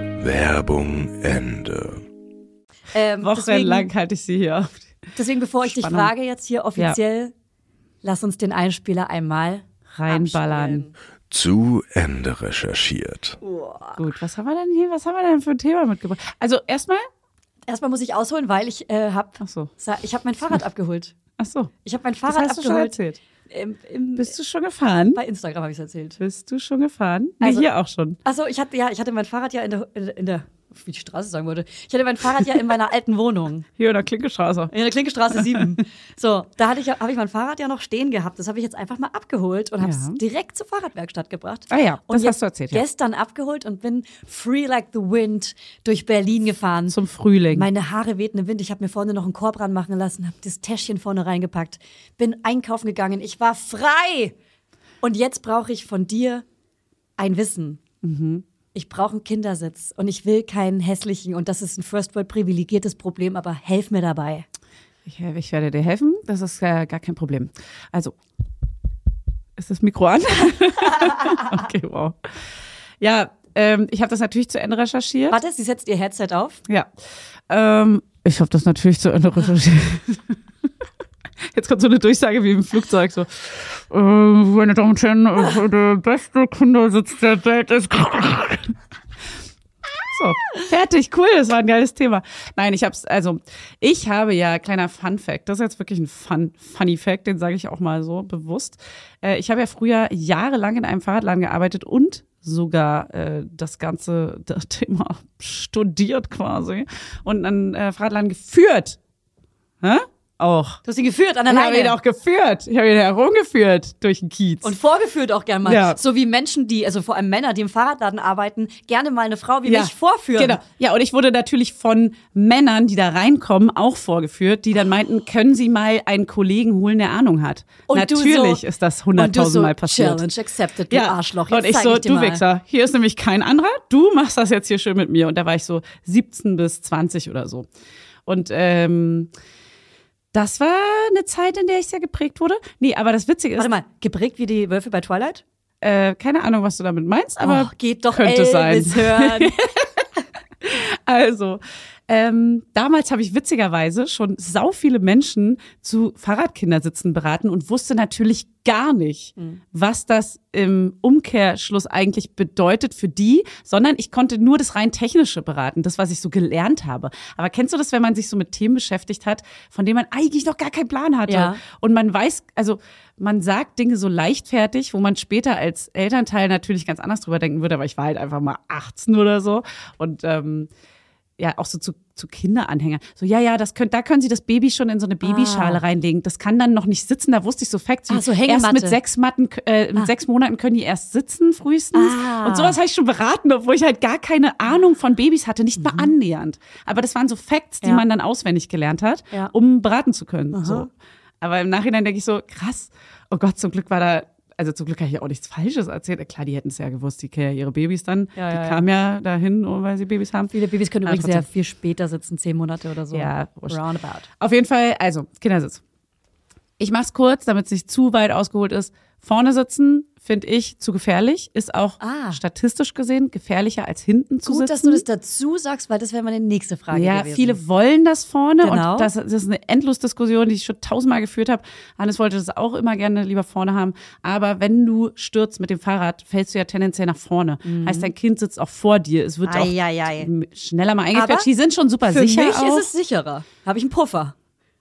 Speaker 3: Werbung Ende.
Speaker 1: Ähm,
Speaker 2: Wochenlang halte ich sie hier auf.
Speaker 1: Deswegen, deswegen, bevor ich
Speaker 2: Spannung.
Speaker 1: dich frage jetzt hier offiziell, lass uns den Einspieler einmal
Speaker 2: Reinballern.
Speaker 3: Zu Ende recherchiert.
Speaker 2: Gut, was haben wir denn hier? Was haben wir denn für ein Thema mitgebracht? Also erstmal
Speaker 1: Erstmal muss ich ausholen, weil ich äh, habe
Speaker 2: Ach so.
Speaker 1: ich hab mein Fahrrad abgeholt.
Speaker 2: Ach so.
Speaker 1: Ich habe mein
Speaker 2: Das
Speaker 1: Fahrrad
Speaker 2: hast du schon
Speaker 1: abgeholt.
Speaker 2: erzählt.
Speaker 1: Im, im,
Speaker 2: Bist du schon gefahren?
Speaker 1: Bei Instagram habe ich es erzählt.
Speaker 2: Bist du schon gefahren? Nee,
Speaker 1: Also-
Speaker 2: hier auch schon.
Speaker 1: Achso, ich hatte, ja, ich hatte mein Fahrrad ja in der, in der, in der wie die Straße sagen würde. Ich hatte mein Fahrrad ja in meiner alten Wohnung.
Speaker 2: Hier in der Klinkestraße.
Speaker 1: In der Klinkestraße sieben. So, da hatte ich, ja- habe ich mein Fahrrad ja noch stehen gehabt. Das habe ich jetzt einfach mal abgeholt und habe es
Speaker 2: Ja.
Speaker 1: direkt zur Fahrradwerkstatt gebracht.
Speaker 2: Ah ja,
Speaker 1: und
Speaker 2: das
Speaker 1: jetzt
Speaker 2: hast du erzählt, ja.
Speaker 1: Gestern abgeholt und bin free like the wind durch Berlin gefahren.
Speaker 2: Zum Frühling.
Speaker 1: Meine Haare wehten im Wind. Ich habe mir vorne noch einen Korb ranmachen lassen, habe das Täschchen vorne reingepackt, bin einkaufen gegangen. Ich war frei. Und jetzt brauche ich von dir ein Wissen.
Speaker 2: Mhm.
Speaker 1: Ich brauche einen Kindersitz und ich will keinen hässlichen. Und das ist ein First World privilegiertes Problem, aber helf mir dabei.
Speaker 2: Ich, ich werde dir helfen, das ist äh, gar kein Problem. Also, ist das Mikro an? Okay, wow. Ja, ähm, ich habe das natürlich zu Ende recherchiert.
Speaker 1: Warte, sie setzt ihr Headset auf.
Speaker 2: Ja, ähm, ich habe das natürlich zu Ende recherchiert. Jetzt kommt so eine Durchsage wie im Flugzeug, so, äh, meine Damen und Herren, äh, der beste Kindersitz der Welt ist... So, fertig, cool, das war ein geiles Thema. Nein, ich hab's, also, ich habe ja, kleiner Fun Fact, das ist jetzt wirklich ein Fun, Funny Fact, den sage ich auch mal so bewusst. Äh, ich habe ja früher jahrelang in einem Fahrradladen gearbeitet und sogar äh, das ganze das Thema studiert quasi und einen äh, Fahrradladen geführt. Hä? Auch.
Speaker 1: Du hast ihn geführt an der
Speaker 2: Ich habe ihn
Speaker 1: Leine.
Speaker 2: auch geführt. Ich habe ihn herumgeführt durch den Kiez.
Speaker 1: Und vorgeführt auch gern mal.
Speaker 2: Ja.
Speaker 1: So wie Menschen, die, also vor allem Männer, die im Fahrradladen arbeiten, gerne mal eine Frau wie
Speaker 2: Ja,
Speaker 1: mich vorführen.
Speaker 2: Genau. Ja, und ich wurde natürlich von Männern, die da reinkommen, auch vorgeführt, die dann meinten, können Sie mal einen Kollegen holen, der Ahnung hat.
Speaker 1: Und
Speaker 2: natürlich
Speaker 1: du so,
Speaker 2: ist das
Speaker 1: und du
Speaker 2: hunderttausend
Speaker 1: so,
Speaker 2: Mal passiert.
Speaker 1: Challenge accepted, du Arschloch. Jetzt
Speaker 2: und ich
Speaker 1: zeig
Speaker 2: so,
Speaker 1: ich dir
Speaker 2: du
Speaker 1: mal.
Speaker 2: Wichser, hier ist nämlich kein anderer, du machst das jetzt hier schön mit mir. Und da war ich so siebzehn bis zwanzig oder so. Und ähm, das war eine Zeit, in der ich sehr geprägt wurde. Nee, aber das Witzige ist,
Speaker 1: Warte mal, geprägt wie die Wölfe bei Twilight?
Speaker 2: äh, keine Ahnung, was du damit meinst, aber
Speaker 1: Och, geht doch
Speaker 2: könnte
Speaker 1: Elvis
Speaker 2: sein.
Speaker 1: hören.
Speaker 2: Also, ähm, damals habe ich witzigerweise schon sau viele Menschen zu Fahrradkindersitzen beraten und wusste natürlich gar nicht,
Speaker 1: Mhm.
Speaker 2: was das im Umkehrschluss eigentlich bedeutet für die, sondern ich konnte nur das rein Technische beraten, das, was ich so gelernt habe. Aber kennst du das, wenn man sich so mit Themen beschäftigt hat, von denen man eigentlich noch gar keinen Plan hatte?
Speaker 1: Ja.
Speaker 2: Und man weiß, also man sagt Dinge so leichtfertig, wo man später als Elternteil natürlich ganz anders drüber denken würde, aber ich war halt einfach mal achtzehn oder so und ähm, ja, auch so zu, zu Kinderanhängern. So, ja, ja, das könnt, da können Sie das Baby schon in so eine Babyschale
Speaker 1: Ah.
Speaker 2: reinlegen. Das kann dann noch nicht sitzen. Da wusste ich so Facts. wie
Speaker 1: Ah, so
Speaker 2: erst
Speaker 1: Hängematte.
Speaker 2: mit sechs Matten, äh, mit
Speaker 1: Ah.
Speaker 2: sechs Monaten können die erst sitzen, frühestens.
Speaker 1: Ah.
Speaker 2: Und sowas habe ich schon beraten, obwohl ich halt gar keine Ahnung von Babys hatte, nicht mal annähernd. Aber das waren so Facts, die
Speaker 1: Ja.
Speaker 2: man dann auswendig gelernt hat,
Speaker 1: Ja.
Speaker 2: um beraten zu können. So. Aber im Nachhinein denke ich so, krass, oh Gott, zum Glück war da, also zum Glück habe ich ja auch nichts Falsches erzählt. Klar, die hätten es ja gewusst, die kennen ja ihre Babys dann.
Speaker 1: Ja,
Speaker 2: die
Speaker 1: ja, ja.
Speaker 2: kamen ja dahin, weil sie Babys haben.
Speaker 1: Viele Babys können
Speaker 2: Aber
Speaker 1: übrigens sehr
Speaker 2: trotzdem.
Speaker 1: viel später sitzen, zehn Monate oder so.
Speaker 2: Ja, wurscht.
Speaker 1: Roundabout.
Speaker 2: Auf jeden Fall, also, Kindersitz. Ich mach's kurz, damit es nicht zu weit ausgeholt ist. Vorne sitzen finde ich zu gefährlich, ist auch
Speaker 1: Ah.
Speaker 2: statistisch gesehen gefährlicher als hinten zu
Speaker 1: Gut,
Speaker 2: sitzen.
Speaker 1: dass du das dazu sagst, weil das wäre meine nächste Frage
Speaker 2: Ja,
Speaker 1: gewesen.
Speaker 2: viele wollen das vorne
Speaker 1: Genau.
Speaker 2: und das, das ist eine Endlosdiskussion, die ich schon tausendmal geführt habe. Hannes wollte das auch immer gerne lieber vorne haben. Aber wenn du stürzt mit dem Fahrrad, fällst du ja tendenziell nach vorne. Heißt, dein Kind sitzt auch vor dir. Es wird auch
Speaker 1: Mhm. Ei, ei, ei.
Speaker 2: m- schneller mal eingequetscht.
Speaker 1: Aber
Speaker 2: Die sind schon super
Speaker 1: Für
Speaker 2: sicher
Speaker 1: mich
Speaker 2: auch.
Speaker 1: ist es sicherer. Habe ich einen Puffer.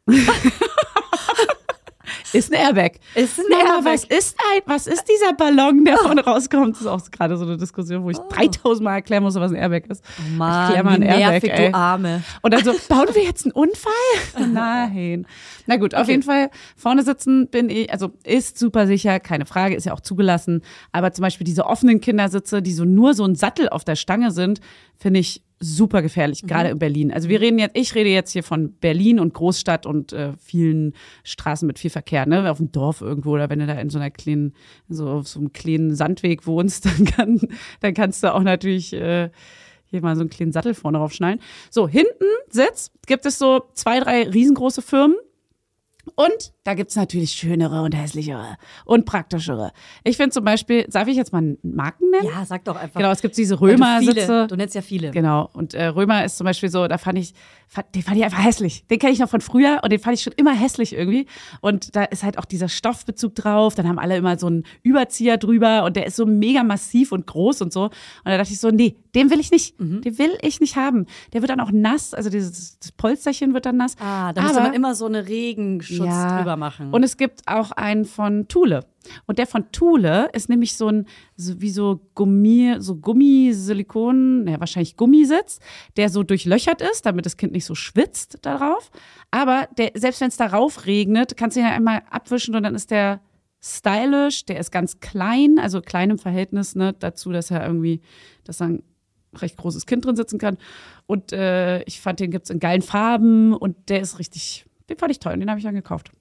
Speaker 2: Ist ein Airbag.
Speaker 1: Ist ein
Speaker 2: Mama,
Speaker 1: Airbag.
Speaker 2: was ist ein, was ist dieser Ballon, der vorne rauskommt? Das ist auch gerade so eine Diskussion, wo ich dreitausend Mal erklären muss, was ein Airbag ist.
Speaker 1: Oh Mann,
Speaker 2: Erklär mal ein
Speaker 1: wie
Speaker 2: Airbag,
Speaker 1: nervig,
Speaker 2: ey.
Speaker 1: du Arme.
Speaker 2: Und dann so, bauen wir jetzt einen Unfall? Nein. Na gut, auf jeden Fall, vorne sitzen bin ich, also ist super sicher, keine Frage, ist ja auch zugelassen. Aber zum Beispiel diese offenen Kindersitze, die so nur so ein Sattel auf der Stange sind, finde ich super gefährlich, gerade in Berlin. Also wir reden jetzt, ich rede jetzt hier von Berlin und Großstadt und äh, vielen Straßen mit viel Verkehr, ne? Auf dem Dorf irgendwo oder wenn du da in so einer kleinen, so auf so einem kleinen Sandweg wohnst, dann, kann, dann kannst du auch natürlich äh, hier mal so einen kleinen Sattel vorne drauf schnallen. So, hinten Sitz gibt es so zwei, drei riesengroße Firmen. Und da gibt's natürlich schönere und hässlichere und praktischere. Ich finde zum Beispiel, darf ich jetzt mal einen Marken nennen?
Speaker 1: Ja, sag doch einfach.
Speaker 2: Genau, es gibt diese
Speaker 1: Weil du
Speaker 2: Römer-Sitze.
Speaker 1: viele- Du nennst ja viele.
Speaker 2: Genau, und äh, Römer ist zum Beispiel so, da fand ich, fand, den fand ich einfach hässlich. Den kenne ich noch von früher und den fand ich schon immer hässlich irgendwie. Und da ist halt auch dieser Stoffbezug drauf. Dann haben alle immer so einen Überzieher drüber und der ist so mega massiv und groß und so. Und da dachte ich so, nee, den will ich nicht.
Speaker 1: Mhm.
Speaker 2: Den will ich nicht haben. Der wird dann auch nass, also dieses das Polsterchen wird dann nass.
Speaker 1: Ah, da müsste
Speaker 2: Aber-
Speaker 1: man immer so eine Regenschutz drüber machen.
Speaker 2: Und es gibt auch einen von Thule. Und der von Thule ist nämlich so ein, so wie so Gummi, so Gummisilikon, ja, wahrscheinlich Gummisitz, der so durchlöchert ist, damit das Kind nicht so schwitzt darauf. Aber der, selbst wenn es darauf regnet, kannst du ihn ja einmal abwischen und dann ist der stylisch, der ist ganz klein, also klein im Verhältnis ne, dazu, dass er irgendwie, dass da ein recht großes Kind drin sitzen kann. Und äh, ich fand, den gibt es in geilen Farben und der ist richtig, den fand ich toll und den habe ich dann gekauft.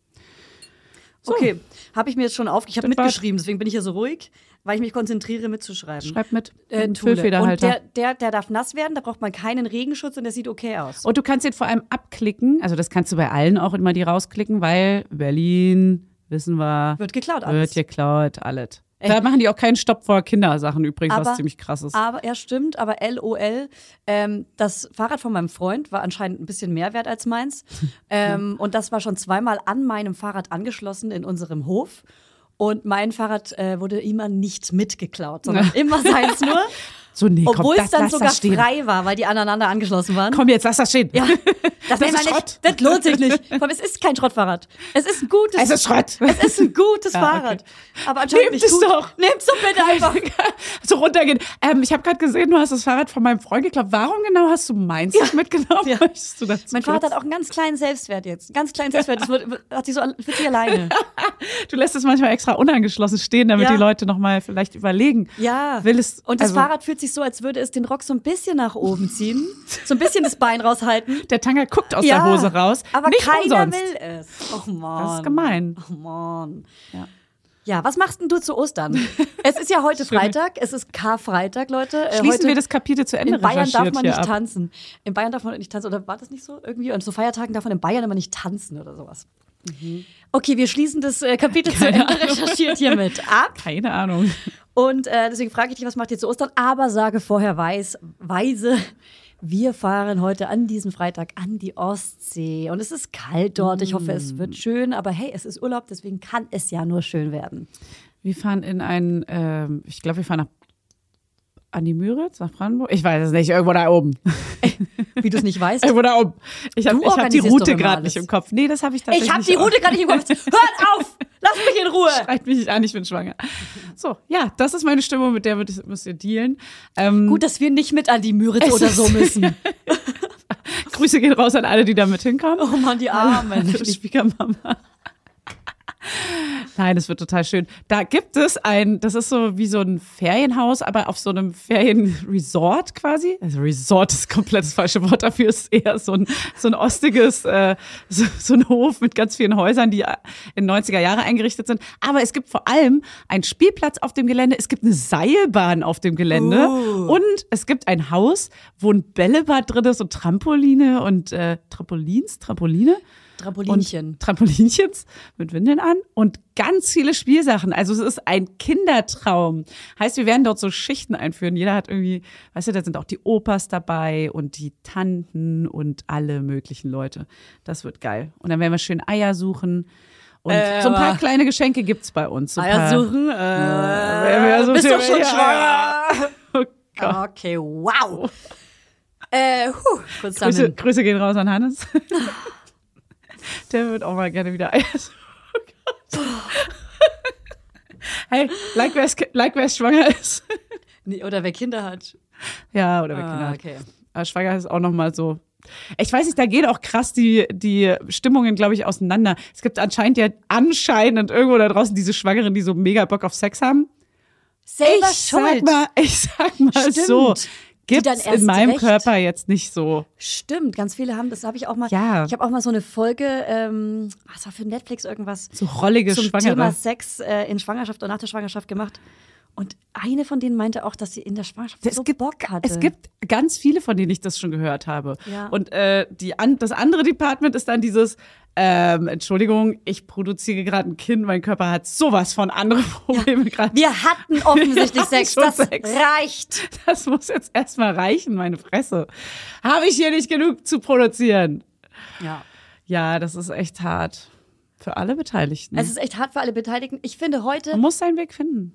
Speaker 2: So.
Speaker 1: Okay, habe ich mir jetzt schon auf. Ich habe
Speaker 2: Das war-
Speaker 1: mitgeschrieben, deswegen bin ich ja so ruhig, weil ich mich konzentriere, mitzuschreiben.
Speaker 2: Schreib mit.
Speaker 1: Äh,
Speaker 2: Ein
Speaker 1: Thule. Und
Speaker 2: Füllfederhalter.
Speaker 1: der, der, der darf nass werden, da braucht man keinen Regenschutz und der sieht okay aus.
Speaker 2: Und du kannst den vor allem abklicken. Also das kannst du bei allen auch immer die rausklicken, weil Berlin, wissen wir,
Speaker 1: Wird geklaut alles.
Speaker 2: wird geklaut, alles. Da machen die auch keinen Stopp vor Kindersachen übrigens,
Speaker 1: Aber-
Speaker 2: was ziemlich krass ist.
Speaker 1: Aber, ja, stimmt, aber LOL, ähm, das Fahrrad von meinem Freund war anscheinend ein bisschen mehr wert als meins. ähm, und das war schon zweimal an meinem Fahrrad angeschlossen in unserem Hof. Und mein Fahrrad äh, wurde immer nicht mitgeklaut, sondern immer seins nur.
Speaker 2: So, nee, komm,
Speaker 1: Obwohl
Speaker 2: das,
Speaker 1: es dann
Speaker 2: lass
Speaker 1: sogar
Speaker 2: das stehen.
Speaker 1: frei war, weil die aneinander angeschlossen waren.
Speaker 2: Komm jetzt, lass das stehen.
Speaker 1: Ja, das,
Speaker 2: Das
Speaker 1: nennt
Speaker 2: ist
Speaker 1: man
Speaker 2: Schrott.
Speaker 1: nicht. Das lohnt sich nicht. Komm, es ist kein Schrottfahrrad. Es ist ein gutes.
Speaker 2: Es ist Schrott.
Speaker 1: Es ist ein gutes
Speaker 2: Ja,
Speaker 1: Fahrrad.
Speaker 2: okay.
Speaker 1: Aber anscheinend
Speaker 2: Nehmt
Speaker 1: nicht
Speaker 2: es
Speaker 1: gut.
Speaker 2: doch.
Speaker 1: Nehmt's doch bitte einfach.
Speaker 2: so runtergehen. Ähm, ich habe gerade gesehen, du hast das Fahrrad von meinem Freund geklaut. Warum genau hast du meins nicht mitgenommen?
Speaker 1: Ja.
Speaker 2: Möchtest du dazu
Speaker 1: Mein Fahrrad
Speaker 2: kurz-
Speaker 1: hat auch einen ganz kleinen Selbstwert jetzt. Einen ganz kleinen Selbstwert. Das wird, hat sich so für sich alleine.
Speaker 2: Du lässt es manchmal extra unangeschlossen stehen, damit
Speaker 1: Ja.
Speaker 2: die Leute noch mal vielleicht überlegen.
Speaker 1: Ja.
Speaker 2: Will es,
Speaker 1: Und das
Speaker 2: also,
Speaker 1: Fahrrad fühlt sich so, als würde es den Rock so ein bisschen nach oben ziehen. So ein bisschen das Bein raushalten.
Speaker 2: Der Tanga guckt aus
Speaker 1: Ja,
Speaker 2: der Hose raus.
Speaker 1: Aber
Speaker 2: nicht
Speaker 1: keiner
Speaker 2: umsonst.
Speaker 1: will es. Oh Mann.
Speaker 2: Das ist gemein.
Speaker 1: Oh Mann.
Speaker 2: Ja.
Speaker 1: Ja, was machst denn du zu Ostern? Es ist ja heute Freitag, es ist Karfreitag, Leute. Äh,
Speaker 2: Schließen
Speaker 1: heute
Speaker 2: wir das Kapitel zu Ende
Speaker 1: in Bayern darf
Speaker 2: recherchiert
Speaker 1: man
Speaker 2: hier
Speaker 1: nicht
Speaker 2: ab.
Speaker 1: tanzen. In Bayern darf man nicht tanzen. Oder war das nicht so irgendwie? Und zu Feiertagen darf man in Bayern immer nicht tanzen oder sowas. Okay, wir schließen das äh, Kapitel zu Ende recherchiert hiermit ab.
Speaker 2: Keine Ahnung.
Speaker 1: Und äh, deswegen frage ich dich, was macht ihr zu Ostern? Aber sage vorher weiß, weise, wir fahren heute an diesem Freitag an die Ostsee. Und es ist kalt dort. Ich hoffe, es wird schön. Aber hey, es ist Urlaub, deswegen kann es ja nur schön werden.
Speaker 2: Wir fahren in ein, ähm, ich glaube, wir fahren nach an die Müritz, nach Brandenburg. Ich weiß es nicht, irgendwo da oben.
Speaker 1: Wie du es nicht weißt.
Speaker 2: Irgendwo da oben. Ich habe
Speaker 1: Du
Speaker 2: ich hab die
Speaker 1: organisierst doch
Speaker 2: Route
Speaker 1: immer
Speaker 2: gerade
Speaker 1: alles.
Speaker 2: nicht im Kopf. Nee, das habe ich tatsächlich
Speaker 1: Ich habe
Speaker 2: nicht.
Speaker 1: die Route gar nicht im Kopf. Hört auf! Lass mich in Ruhe!
Speaker 2: Schreit mich nicht an, ich bin schwanger. So, ja, das ist meine Stimmung, mit der müsst müsst ihr dealen. Ähm,
Speaker 1: Gut, dass wir nicht mit an die Müritz
Speaker 2: Es
Speaker 1: oder so
Speaker 2: ist-
Speaker 1: müssen.
Speaker 2: Grüße gehen raus an alle, die da mit hinkommen.
Speaker 1: Oh Mann, die Armen.
Speaker 2: Die Schwiegermama. Nein, es wird total schön. Da gibt es ein, das ist so wie so ein Ferienhaus, aber auf so einem Ferienresort quasi. Also Resort ist komplett das falsche Wort dafür, ist eher so ein, so ein ostiges, äh, so, so ein Hof mit ganz vielen Häusern, die in neunziger Jahre eingerichtet sind. Aber es gibt vor allem einen Spielplatz auf dem Gelände, es gibt eine Seilbahn auf dem Gelände
Speaker 1: Uh.
Speaker 2: und es gibt ein Haus, wo ein Bällebad drin ist und Trampoline und äh, Trampolins, Trampoline.
Speaker 1: Trampolinchen.
Speaker 2: Und Trampolinchens mit Windeln an und ganz viele Spielsachen. Also es ist ein Kindertraum. Heißt, wir werden dort so Schichten einführen. Jeder hat irgendwie, weißt du, da sind auch die Opas dabei und die Tanten und alle möglichen Leute. Das wird geil. Und dann werden wir schön Eier suchen. Und
Speaker 1: Äh,
Speaker 2: so ein paar
Speaker 1: aber-
Speaker 2: kleine Geschenke gibt's bei uns. So ein
Speaker 1: Eier
Speaker 2: paar-
Speaker 1: suchen. Äh,
Speaker 2: wer so
Speaker 1: bist
Speaker 2: viel-
Speaker 1: doch schon
Speaker 2: ja,
Speaker 1: schwanger.
Speaker 2: Oh Gott.
Speaker 1: Okay, wow. Äh, huh, kurz
Speaker 2: Grüße,
Speaker 1: damit.
Speaker 2: Grüße gehen raus an Hannes. Der wird auch mal gerne wieder Eier suchen. Oh Gott. Hey, like wer es- like wer es schwanger ist.
Speaker 1: Nee, oder wer Kinder hat.
Speaker 2: Ja, oder wer Kinder
Speaker 1: Ah,
Speaker 2: hat.
Speaker 1: okay.
Speaker 2: Aber schwanger ist auch nochmal so. Ich weiß nicht, da gehen auch krass die, die Stimmungen, glaube ich, auseinander. Es gibt anscheinend ja anscheinend irgendwo da draußen diese Schwangeren, die so mega Bock auf Sex haben.
Speaker 1: Selber
Speaker 2: ich sag
Speaker 1: schuld.
Speaker 2: mal, ich sag mal
Speaker 1: Stimmt.
Speaker 2: so.
Speaker 1: Die
Speaker 2: Gibt's
Speaker 1: dann erst
Speaker 2: in meinem
Speaker 1: recht.
Speaker 2: Körper jetzt nicht so.
Speaker 1: Stimmt, ganz viele haben das. Habe ich auch mal.
Speaker 2: Ja.
Speaker 1: Ich habe auch mal so eine Folge. Ähm, was war für Netflix irgendwas
Speaker 2: So rollige
Speaker 1: zum
Speaker 2: Schwangere.
Speaker 1: Thema Sex äh, in Schwangerschaft und nach der Schwangerschaft gemacht. Und eine von denen meinte auch, dass sie in der Schwangerschaft
Speaker 2: Es
Speaker 1: so
Speaker 2: gibt,
Speaker 1: Bock hatte.
Speaker 2: es gibt ganz viele, von denen ich das schon gehört habe.
Speaker 1: Ja.
Speaker 2: Und äh, die an, das andere Department ist dann dieses, ähm, Entschuldigung, ich produziere gerade ein Kind, mein Körper hat sowas von andere Probleme gerade.
Speaker 1: Wir hatten offensichtlich
Speaker 2: Wir hatten
Speaker 1: Sex,
Speaker 2: schon
Speaker 1: das
Speaker 2: Sex.
Speaker 1: reicht.
Speaker 2: Das muss jetzt erstmal reichen, meine Fresse. Habe ich hier nicht genug zu produzieren?
Speaker 1: Ja.
Speaker 2: Ja, das ist echt hart. Für alle Beteiligten.
Speaker 1: Es ist echt hart für alle Beteiligten. Ich finde heute,
Speaker 2: Man muss seinen Weg finden.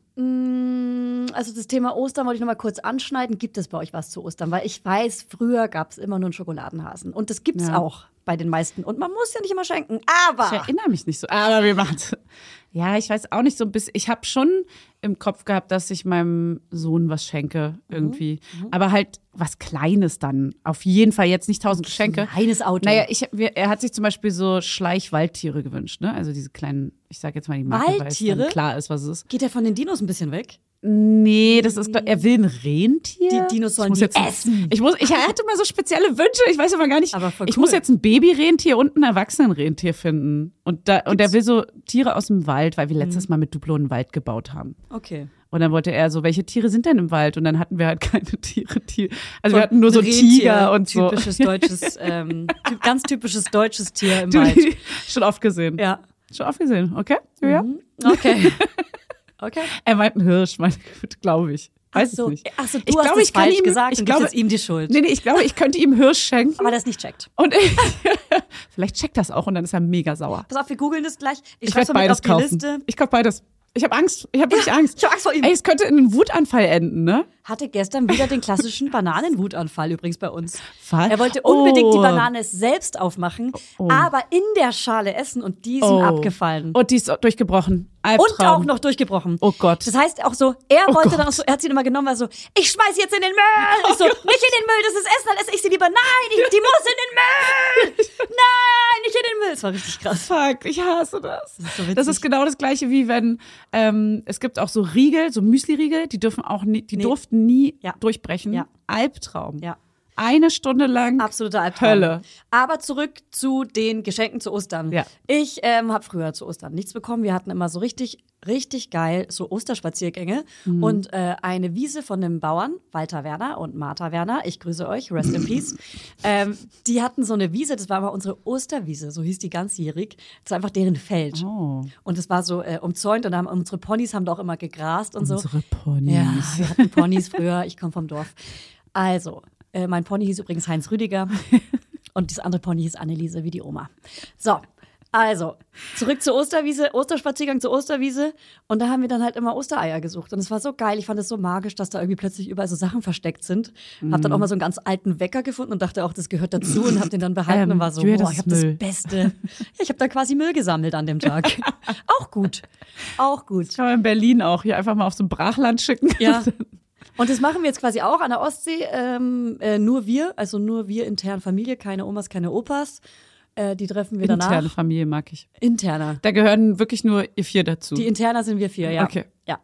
Speaker 1: mh, also das Thema Ostern wollte ich noch mal kurz anschneiden. Gibt es bei euch was zu Ostern? Weil ich weiß, früher gab es immer nur einen Schokoladenhasen. Und das gibt es
Speaker 2: Ja.
Speaker 1: auch bei den meisten. Und man muss ja nicht immer schenken. Aber
Speaker 2: Ich erinnere mich nicht so. Aber wir machen es. Ja, ich weiß auch nicht so ein bisschen. Ich habe schon im Kopf gehabt, dass ich meinem Sohn was schenke irgendwie.
Speaker 1: Mhm.
Speaker 2: Aber halt was Kleines dann. Auf jeden Fall jetzt nicht tausend Geschenke.
Speaker 1: kleines Auto.
Speaker 2: Naja, ich, wir, er hat sich zum Beispiel so Schleichwaldtiere gewünscht, ne? Also diese kleinen, ich sag jetzt mal die Marke, weil es
Speaker 1: Waldtiere?
Speaker 2: dann klar ist, was es ist.
Speaker 1: Geht er von den Dinos ein bisschen weg?
Speaker 2: Nee, das ist, glaub- er will ein Rentier.
Speaker 1: Die Dinos sollen
Speaker 2: Ich muss
Speaker 1: die
Speaker 2: jetzt,
Speaker 1: essen.
Speaker 2: Ich, muss, ich hatte mal so spezielle Wünsche, ich weiß aber gar nicht.
Speaker 1: Aber voll
Speaker 2: Ich
Speaker 1: cool.
Speaker 2: muss jetzt ein Baby-Rentier und ein Erwachsenen-Rentier finden. Und, da, und der will so Tiere aus dem Wald, weil wir letztes Mal mit Duplo einen Wald gebaut haben.
Speaker 1: Okay.
Speaker 2: Und dann wollte er so, welche Tiere sind denn im Wald? Und dann hatten wir halt keine Tiere. Tier. Also
Speaker 1: Und
Speaker 2: wir hatten nur so
Speaker 1: Rentier,
Speaker 2: Tiger und so.
Speaker 1: Typisches deutsches, ähm, typ, ganz typisches deutsches Tier im
Speaker 2: Du,
Speaker 1: Wald.
Speaker 2: schon oft gesehen.
Speaker 1: Ja.
Speaker 2: Schon oft gesehen, okay? Ja.
Speaker 1: Okay. Okay.
Speaker 2: Er meint einen Hirsch, meine Güte, glaube ich. Weiß
Speaker 1: Ach so,
Speaker 2: ich nicht.
Speaker 1: ach so, du
Speaker 2: ich
Speaker 1: hast
Speaker 2: glaube,
Speaker 1: es
Speaker 2: ich kann
Speaker 1: falsch
Speaker 2: ihm,
Speaker 1: gesagt
Speaker 2: ich
Speaker 1: und
Speaker 2: glaube,
Speaker 1: gibst jetzt ihm die Schuld.
Speaker 2: Nee, nee, ich glaube, ich könnte ihm Hirsch schenken.
Speaker 1: Aber das nicht checkt.
Speaker 2: Und ich, vielleicht checkt das auch und dann ist er mega sauer.
Speaker 1: Pass auf, wir googeln das gleich. Ich,
Speaker 2: Ich
Speaker 1: schreib's
Speaker 2: werde
Speaker 1: mal mit
Speaker 2: beides
Speaker 1: auf die
Speaker 2: kaufen.
Speaker 1: Liste.
Speaker 2: Ich kaufe beides. Ich habe Angst. Ich habe wirklich Angst.
Speaker 1: ich hab Angst vor ihm.
Speaker 2: Ey, es könnte in einen Wutanfall enden, ne?
Speaker 1: Hatte gestern wieder den klassischen Bananenwutanfall übrigens bei uns.
Speaker 2: Was?
Speaker 1: Er wollte unbedingt
Speaker 2: Oh.
Speaker 1: die Banane selbst aufmachen,
Speaker 2: Oh.
Speaker 1: aber in der Schale essen und die sind
Speaker 2: Oh.
Speaker 1: abgefallen.
Speaker 2: Und die ist durchgebrochen.
Speaker 1: Und
Speaker 2: Albtraum.
Speaker 1: auch noch durchgebrochen.
Speaker 2: Oh Gott.
Speaker 1: Das heißt auch so, er
Speaker 2: Oh
Speaker 1: wollte
Speaker 2: Gott.
Speaker 1: dann auch so, er hat sie immer genommen, war so, ich schmeiß jetzt in den Müll. Ich so, nicht in den Müll, das ist Essen, dann esse ich sie lieber. Nein, ich, die muss in den Müll. Nein, nicht in den Müll. Das war richtig krass.
Speaker 2: Fuck, ich hasse das.
Speaker 1: ist so witzig.
Speaker 2: Das ist genau das Gleiche wie wenn, ähm, es gibt auch so Riegel, so Müsli-Riegel, die dürfen auch nie, die
Speaker 1: Nee.
Speaker 2: durften nie
Speaker 1: Ja.
Speaker 2: durchbrechen.
Speaker 1: Ja.
Speaker 2: Albtraum.
Speaker 1: Ja.
Speaker 2: Eine Stunde lang.
Speaker 1: Absoluter Albtraum.
Speaker 2: Hölle.
Speaker 1: Aber zurück zu den Geschenken zu Ostern.
Speaker 2: Ja.
Speaker 1: Ich ähm, habe früher zu Ostern nichts bekommen. Wir hatten immer so richtig, richtig geil so Osterspaziergänge
Speaker 2: Mhm.
Speaker 1: und äh, eine Wiese von einem Bauern, Walter Werner und Martha Werner, ich grüße euch, rest in peace. Ähm, die hatten so eine Wiese, das war immer unsere Osterwiese, so hieß die ganzjährig. Das war einfach deren Feld.
Speaker 2: Oh.
Speaker 1: Und es war so äh, umzäunt und dann haben unsere Ponys haben da auch immer gegrast und so.
Speaker 2: Unsere Ponys.
Speaker 1: Ja, wir hatten Ponys früher. Ich komme vom Dorf. Also, äh, mein Pony hieß übrigens Heinz Rüdiger und das andere Pony hieß Anneliese, wie die Oma. So, also, zurück zur Osterwiese, Osterspaziergang zur Osterwiese. Und da haben wir dann halt immer Ostereier gesucht. Und es war so geil. Ich fand es so magisch, dass da irgendwie plötzlich überall so Sachen versteckt sind. Hab dann auch mal so einen ganz alten Wecker gefunden und dachte auch, das gehört dazu und hab den dann behalten
Speaker 2: Ähm,
Speaker 1: und war so,
Speaker 2: Julia,
Speaker 1: boah,
Speaker 2: das
Speaker 1: ich
Speaker 2: ist
Speaker 1: hab das
Speaker 2: Müll.
Speaker 1: Beste. Ja, ich habe da quasi Müll gesammelt an dem Tag. Auch gut. Auch gut.
Speaker 2: Kann man in Berlin auch hier einfach mal auf so ein Brachland schicken.
Speaker 1: Ja. Und das machen wir jetzt quasi auch an der Ostsee. Ähm, äh, nur wir, also nur wir intern Familie, keine Omas, keine Opas. Äh, die treffen wir danach.
Speaker 2: Interne Familie mag ich.
Speaker 1: Interner.
Speaker 2: Da gehören wirklich nur ihr vier dazu.
Speaker 1: Die Interner sind wir vier, ja.
Speaker 2: Okay.
Speaker 1: Ja.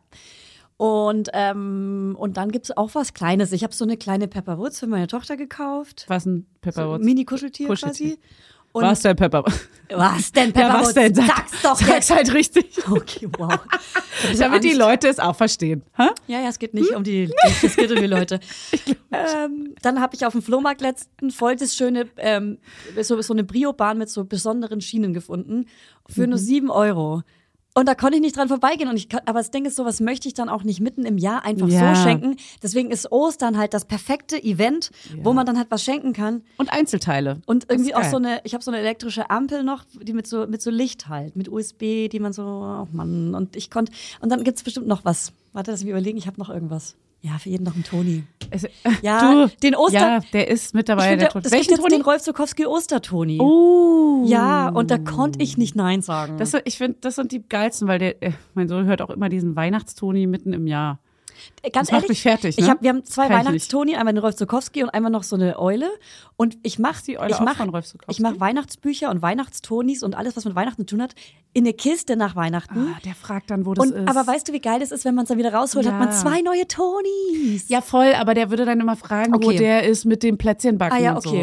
Speaker 1: Und, ähm, und dann gibt es auch was Kleines. Ich habe so eine kleine Pepper Woods für meine Tochter gekauft.
Speaker 2: Was ein Pepperwoods?
Speaker 1: Mini-Kuscheltier
Speaker 2: Kuscheltier.
Speaker 1: quasi. Und
Speaker 2: Was denn Pepper?
Speaker 1: Was denn, Pepper
Speaker 2: Ja, was
Speaker 1: Woods?
Speaker 2: denn? Sag,
Speaker 1: Sag's doch
Speaker 2: sag's
Speaker 1: jetzt.
Speaker 2: halt richtig.
Speaker 1: Okay, wow. Ich hab so
Speaker 2: Damit die
Speaker 1: Angst.
Speaker 2: Leute es auch verstehen. Ha?
Speaker 1: Ja, ja, es geht nicht um die, die es geht um die Leute. ähm, dann habe ich auf dem Flohmarkt letzten voll das schöne, ähm, so, so eine Brio-Bahn mit so besonderen Schienen gefunden. Für nur sieben Euro. Und da konnte ich nicht dran vorbeigehen. Und ich kann, aber das Ding ist so, was möchte ich dann auch nicht mitten im Jahr einfach
Speaker 2: Ja.
Speaker 1: so schenken. Deswegen ist Ostern halt das perfekte Event, wo man dann halt was schenken kann.
Speaker 2: Und Einzelteile.
Speaker 1: Und irgendwie
Speaker 2: Das
Speaker 1: auch
Speaker 2: ist
Speaker 1: so
Speaker 2: geil.
Speaker 1: eine, ich habe so eine elektrische Ampel noch, die mit so, mit so Licht halt, mit U S B, die man so, oh Mann, und ich konnte, und dann gibt's bestimmt noch was. Warte, lass mich überlegen, ich habe noch irgendwas. Ja, für jeden noch einen Toni.
Speaker 2: Es,
Speaker 1: Ja,
Speaker 2: du,
Speaker 1: den Oster-
Speaker 2: Ja, der ist mit
Speaker 1: Ich
Speaker 2: dabei.
Speaker 1: find,
Speaker 2: Der
Speaker 1: der,
Speaker 2: Tod.
Speaker 1: es gibt
Speaker 2: Welchen
Speaker 1: jetzt
Speaker 2: Toni?
Speaker 1: den Rolf Zukowski Ostertoni.
Speaker 2: Oh.
Speaker 1: Ja, und da konnte ich nicht Nein sagen.
Speaker 2: Das, ich finde, das sind die geilsten, weil der, äh, mein Sohn hört auch immer diesen Weihnachtstoni mitten im Jahr.
Speaker 1: Ganz
Speaker 2: das macht
Speaker 1: ehrlich,
Speaker 2: mich fertig,
Speaker 1: ich
Speaker 2: ne?
Speaker 1: hab, wir haben zwei
Speaker 2: Kann ich nicht.
Speaker 1: Weihnachtstoni, einmal den Rolf Zukowski und einmal noch so eine Eule. Und ich mache
Speaker 2: die Eule
Speaker 1: ich
Speaker 2: auch
Speaker 1: mach,
Speaker 2: von Rolf Zukowski?
Speaker 1: ich mach Weihnachtsbücher und Weihnachtstonis und alles, was mit Weihnachten zu tun hat, in eine Kiste nach Weihnachten.
Speaker 2: Ah, der fragt dann, wo das
Speaker 1: und,
Speaker 2: ist.
Speaker 1: aber weißt du, wie geil das ist, wenn man es dann wieder rausholt,
Speaker 2: Ja.
Speaker 1: hat man zwei neue Tonis.
Speaker 2: Ja, voll, aber der würde dann immer fragen, wo
Speaker 1: Okay.
Speaker 2: der ist mit dem Plätzchenbacken
Speaker 1: Ah ja,
Speaker 2: und
Speaker 1: okay.
Speaker 2: so.